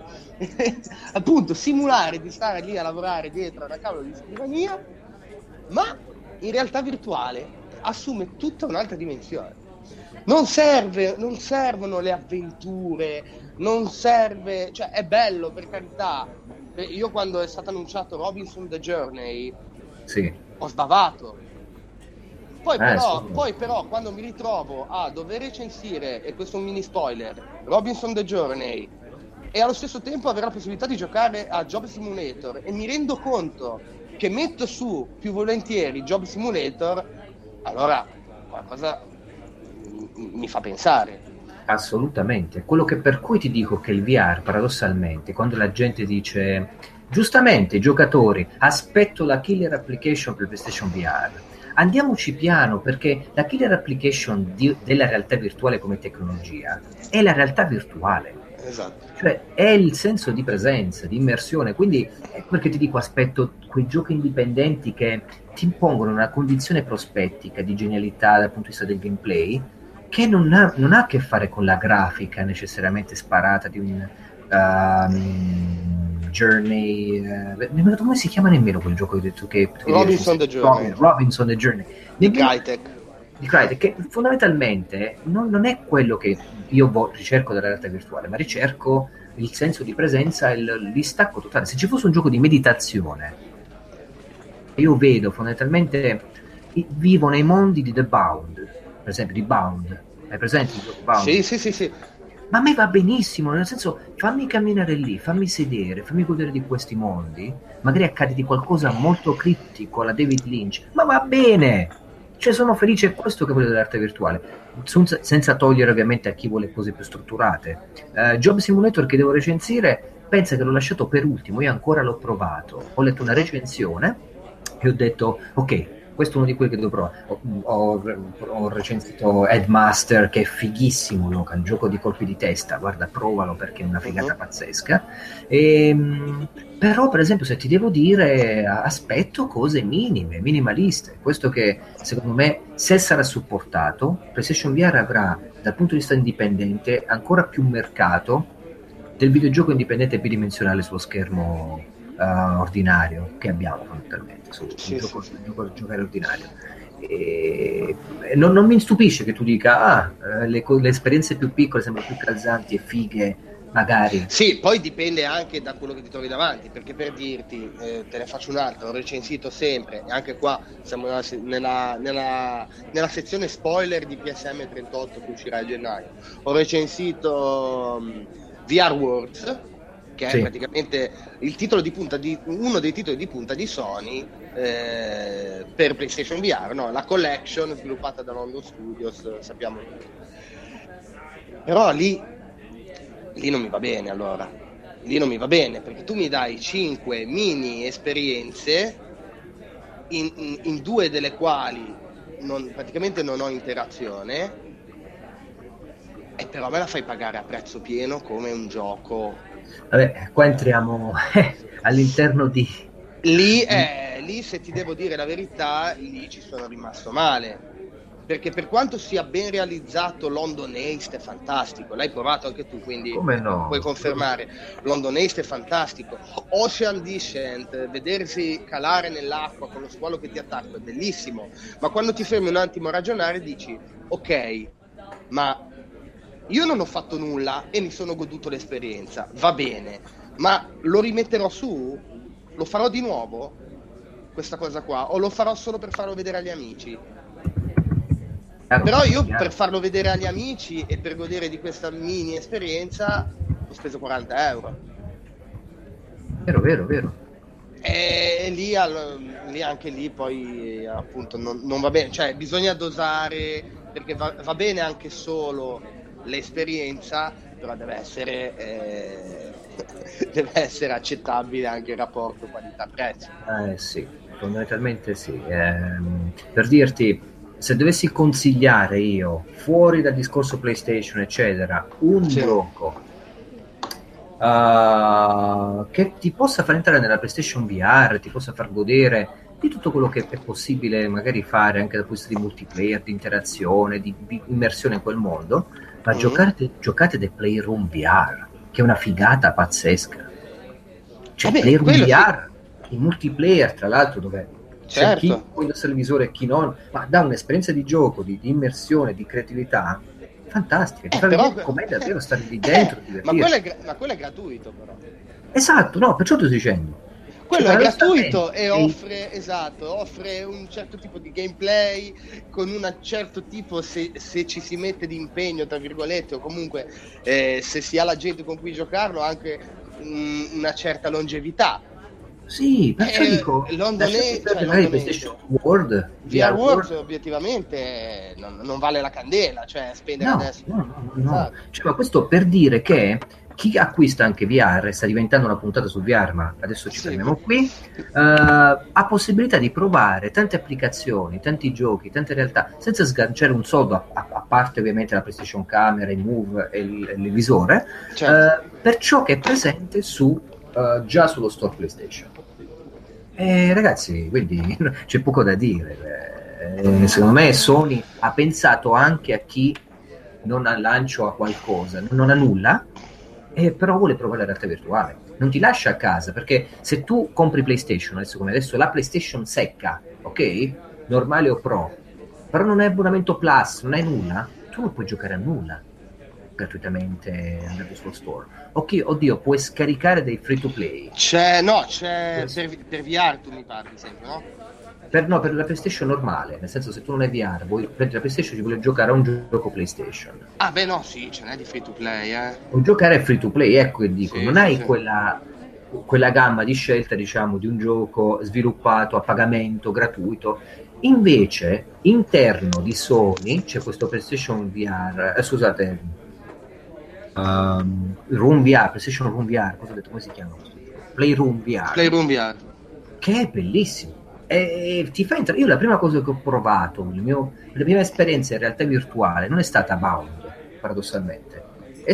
appunto simulare di stare lì a lavorare dietro a una cavolo di scrivania, ma in realtà virtuale assume tutta un'altra dimensione. Non servono le avventure, non serve, cioè è bello per carità. Io quando è stato annunciato Robinson The Journey, sì, ho sbavato, Poi però quando mi ritrovo a dover recensire, e questo è un mini spoiler, Robinson The Journey, e allo stesso tempo avere la possibilità di giocare a Job Simulator, e mi rendo conto che metto su più volentieri Job Simulator, allora qualcosa mi fa pensare. Assolutamente. Per cui ti dico che il VR, paradossalmente, quando la gente dice, giustamente, i giocatori, aspetto la killer application per PlayStation VR, andiamoci piano, perché la killer application della realtà virtuale come tecnologia è la realtà virtuale. Esatto. Cioè è il senso di presenza, di immersione, quindi è perché ti dico aspetto quei giochi indipendenti che ti impongono una condizione prospettica di genialità dal punto di vista del gameplay, che non ha a che fare con la grafica necessariamente sparata di un Journey, non mi ricordo come si chiama nemmeno quel gioco che hai detto che Robinson The Journey. Robinson The Journey Di Crytek, che fondamentalmente non è quello che io ricerco dalla realtà virtuale, ma ricerco il senso di presenza, il distacco totale. Se ci fosse un gioco di meditazione, io vedo fondamentalmente, vivo nei mondi di The Bound, per esempio di Bound, hai presente il gioco Bound? Sì. Ma a me va benissimo, nel senso, fammi camminare lì, fammi sedere, fammi godere di questi mondi, magari accade di qualcosa molto criptico alla David Lynch, ma va bene, cioè sono felice, è questo che voglio dell'arte virtuale, senza togliere ovviamente a chi vuole cose più strutturate. Job Simulator che devo recensire, pensa che l'ho lasciato per ultimo, io ancora l'ho provato, ho letto una recensione e ho detto, ok, questo è uno di quelli che devo provare. Ho recensito Headmaster, che è fighissimo, Luca, un gioco di colpi di testa, guarda, provalo perché è una figata pazzesca. Però per esempio, se ti devo dire, aspetto cose minimaliste, questo che secondo me, se sarà supportato, PlayStation VR avrà dal punto di vista indipendente ancora più mercato del videogioco indipendente bidimensionale sullo schermo ordinario che abbiamo fondamentalmente sul gioco giocare ordinario. E non mi stupisce che tu dica le esperienze più piccole sembrano più calzanti e fighe, magari. Sì, poi dipende anche da quello che ti trovi davanti, perché per dirti, te ne faccio un altro, ho recensito sempre, e anche qua siamo nella sezione spoiler di PSM 38 che uscirà a gennaio. Ho recensito VR Worlds, che è praticamente il titolo di punta uno dei titoli di punta di Sony per PlayStation VR, no? La collection sviluppata da London Studios, sappiamo. Però lì non mi va bene, allora. Lì non mi va bene, perché tu mi dai 5 mini esperienze, in 2 delle quali praticamente non ho interazione, e però me la fai pagare a prezzo pieno come un gioco. Vabbè, qua entriamo all'interno di... Lì, se ti devo dire la verità, lì ci sono rimasto male, perché per quanto sia ben realizzato London East è fantastico, l'hai provato anche tu, quindi puoi confermare. London East è fantastico, Ocean Descent, vedersi calare nell'acqua con lo squalo che ti attacca è bellissimo, ma quando ti fermi un attimo a ragionare dici, ok, ma io non ho fatto nulla e mi sono goduto l'esperienza, va bene, ma lo rimetterò su? Lo farò di nuovo? Questa cosa qua? O lo farò solo per farlo vedere agli amici? Però io per farlo vedere agli amici e per godere di questa mini esperienza ho speso 40 euro. Vero. E lì anche lì poi appunto non va bene, cioè bisogna dosare, perché va bene anche solo l'esperienza, però deve essere accettabile anche il rapporto qualità-prezzo. Sì, fondamentalmente sì. Per dirti, se dovessi consigliare io, fuori dal discorso PlayStation eccetera, un gioco che ti possa far entrare nella PlayStation VR, ti possa far godere di tutto quello che è possibile magari fare anche dal punto di vista di multiplayer, di interazione, di immersione in quel mondo, ma giocate The Playroom VR, che è una figata pazzesca. Cioè Playroom VR in multiplayer, tra l'altro, dove c'è chi può indossare il visore e chi non, ma dà un'esperienza di gioco, di immersione, di creatività fantastica, ti fa vedere com'è davvero stare lì dentro, ma quello è gratuito, però. Esatto, no, perciò ti sto dicendo. Quello è gratuito paradossalmente, e offre un certo tipo di gameplay con un certo tipo, se ci si mette di impegno, tra virgolette, o comunque se si ha la gente con cui giocarlo, anche una certa longevità. sì, perciò dico, London lasciate cioè perdere magari London PlayStation World, VR VR World World. obiettivamente non vale la candela, cioè spendere No, adesso. no. Esatto. Cioè, ma questo per dire che chi acquista anche VR, sta diventando una puntata su VR, ma adesso ci Sì. fermiamo qui, ha possibilità di provare tante applicazioni, tanti giochi, tante realtà, senza sganciare un soldo, a parte ovviamente la PlayStation Camera, il Move e il visore, Certo. per ciò che è presente già sullo store PlayStation. Ragazzi, quindi c'è poco da dire. Secondo me Sony ha pensato anche a chi non ha lancio a qualcosa, non ha nulla, però vuole provare la realtà virtuale. Non ti lascia a casa, perché se tu compri PlayStation, adesso come adesso, la PlayStation secca, ok? Normale o Pro, però non hai abbonamento Plus, non hai nulla, tu non puoi giocare a nulla gratuitamente andando sullo store. Ok, oddio, puoi scaricare dei free to play. C'è per VR tu mi parli sempre, no? No, per la PlayStation normale, nel senso, se tu non hai VR, prendi la PlayStation, ci vuoi giocare a un gioco PlayStation. Ah beh no, sì, ce n'è di free to play, Un giocare free to play, ecco che dico, Sì, non sì, hai sì. quella gamma di scelta, diciamo, di un gioco sviluppato a pagamento, gratuito. Invece, interno di Sony c'è questo PlayStation VR, scusate, Room VR, PlayStation Room VR, cosa ho detto, come si chiama questo gioco? Playroom VR, Playroom VR. che è bellissimo. E ti fa entrare. Io la prima cosa che ho provato, la mia esperienza in realtà virtuale non è stata Bound, paradossalmente, è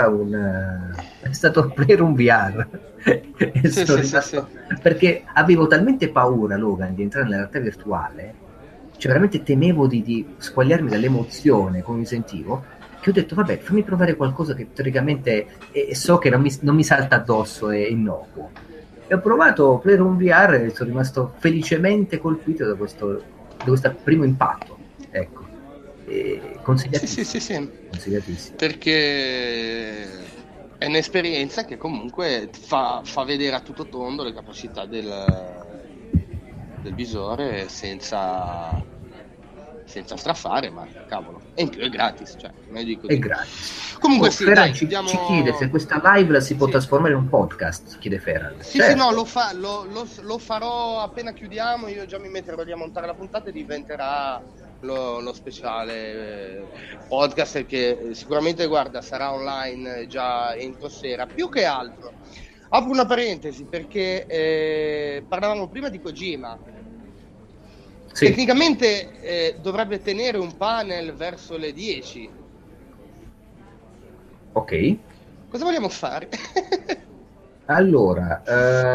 stato Playroom VR. E Sì, sono sì, sì, rimasto, perché avevo talmente paura, Logan, di entrare nella realtà virtuale, cioè veramente temevo di squagliarmi dall'emozione come mi sentivo, che ho detto vabbè, fammi provare qualcosa che teoricamente so che non mi salta addosso, è innocuo. E ho provato Playroom VR e sono rimasto felicemente colpito da questo primo impatto. Ecco, consigliatissimo. Sì. Consigliatissimo. Perché è un'esperienza che comunque fa vedere a tutto tondo le capacità del visore senza strafare, ma cavolo, e in più è gratis, cioè, non dico È di- gratis. Comunque sì, Ferran dai, ci diamo... chiede se questa live la si può Sì. trasformare in un podcast, chiede Ferran. Sì, Certo. sì, no, lo farò appena chiudiamo, io già mi metterò lì a montare la puntata e diventerà lo speciale podcast che sicuramente, guarda, sarà online già entro sera. Più che altro, apro una parentesi perché parlavamo prima di Kojima. Sì. Tecnicamente dovrebbe tenere un panel verso le 10. Ok. Cosa vogliamo fare? Allora,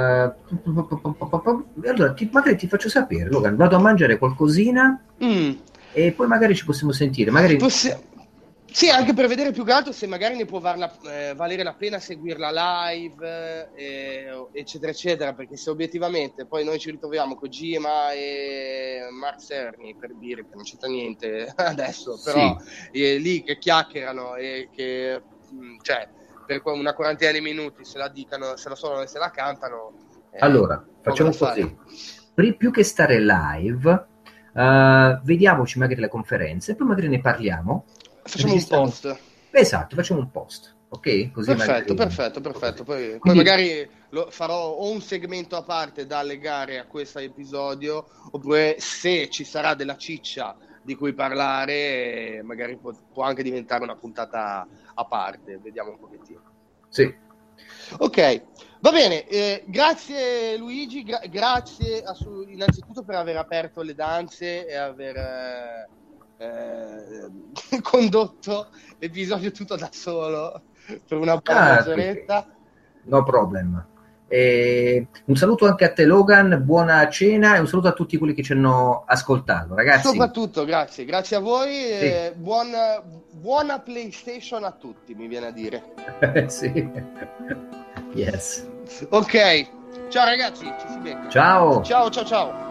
magari ti faccio sapere, Logan, vado a mangiare qualcosina e poi magari ci possiamo sentire. Magari Sì, anche per vedere più che altro se magari ne può valere la pena seguirla live, eccetera, eccetera, perché se obiettivamente poi noi ci ritroviamo Kojima e Mark Cerny, per dire che non c'entra niente adesso, però lì che chiacchierano e che, cioè, per una quarantina di minuti se la dicano, se la suonano e se la cantano. Allora, facciamo poco da così. Più che stare live, vediamoci magari le conferenze, poi magari ne parliamo. Facciamo un post. Esatto, facciamo un post, ok? Così Perfetto. magari... Poi Quindi... magari farò o un segmento a parte da legare a questo episodio, oppure se ci sarà della ciccia di cui parlare, magari può anche diventare una puntata a parte. Vediamo un pochettino. Sì. Ok, va bene. Grazie Luigi, grazie innanzitutto per aver aperto le danze e aver... condotto l'episodio tutto da solo per una buona mezz'oretta. No problem. Un saluto anche a te Logan, buona cena e un saluto a tutti quelli che ci hanno ascoltato, ragazzi. Soprattutto grazie a voi, sì. buona PlayStation a tutti, mi viene a dire. Sì. Yes. Ok, ciao ragazzi, ci si becca. Ciao. Ciao.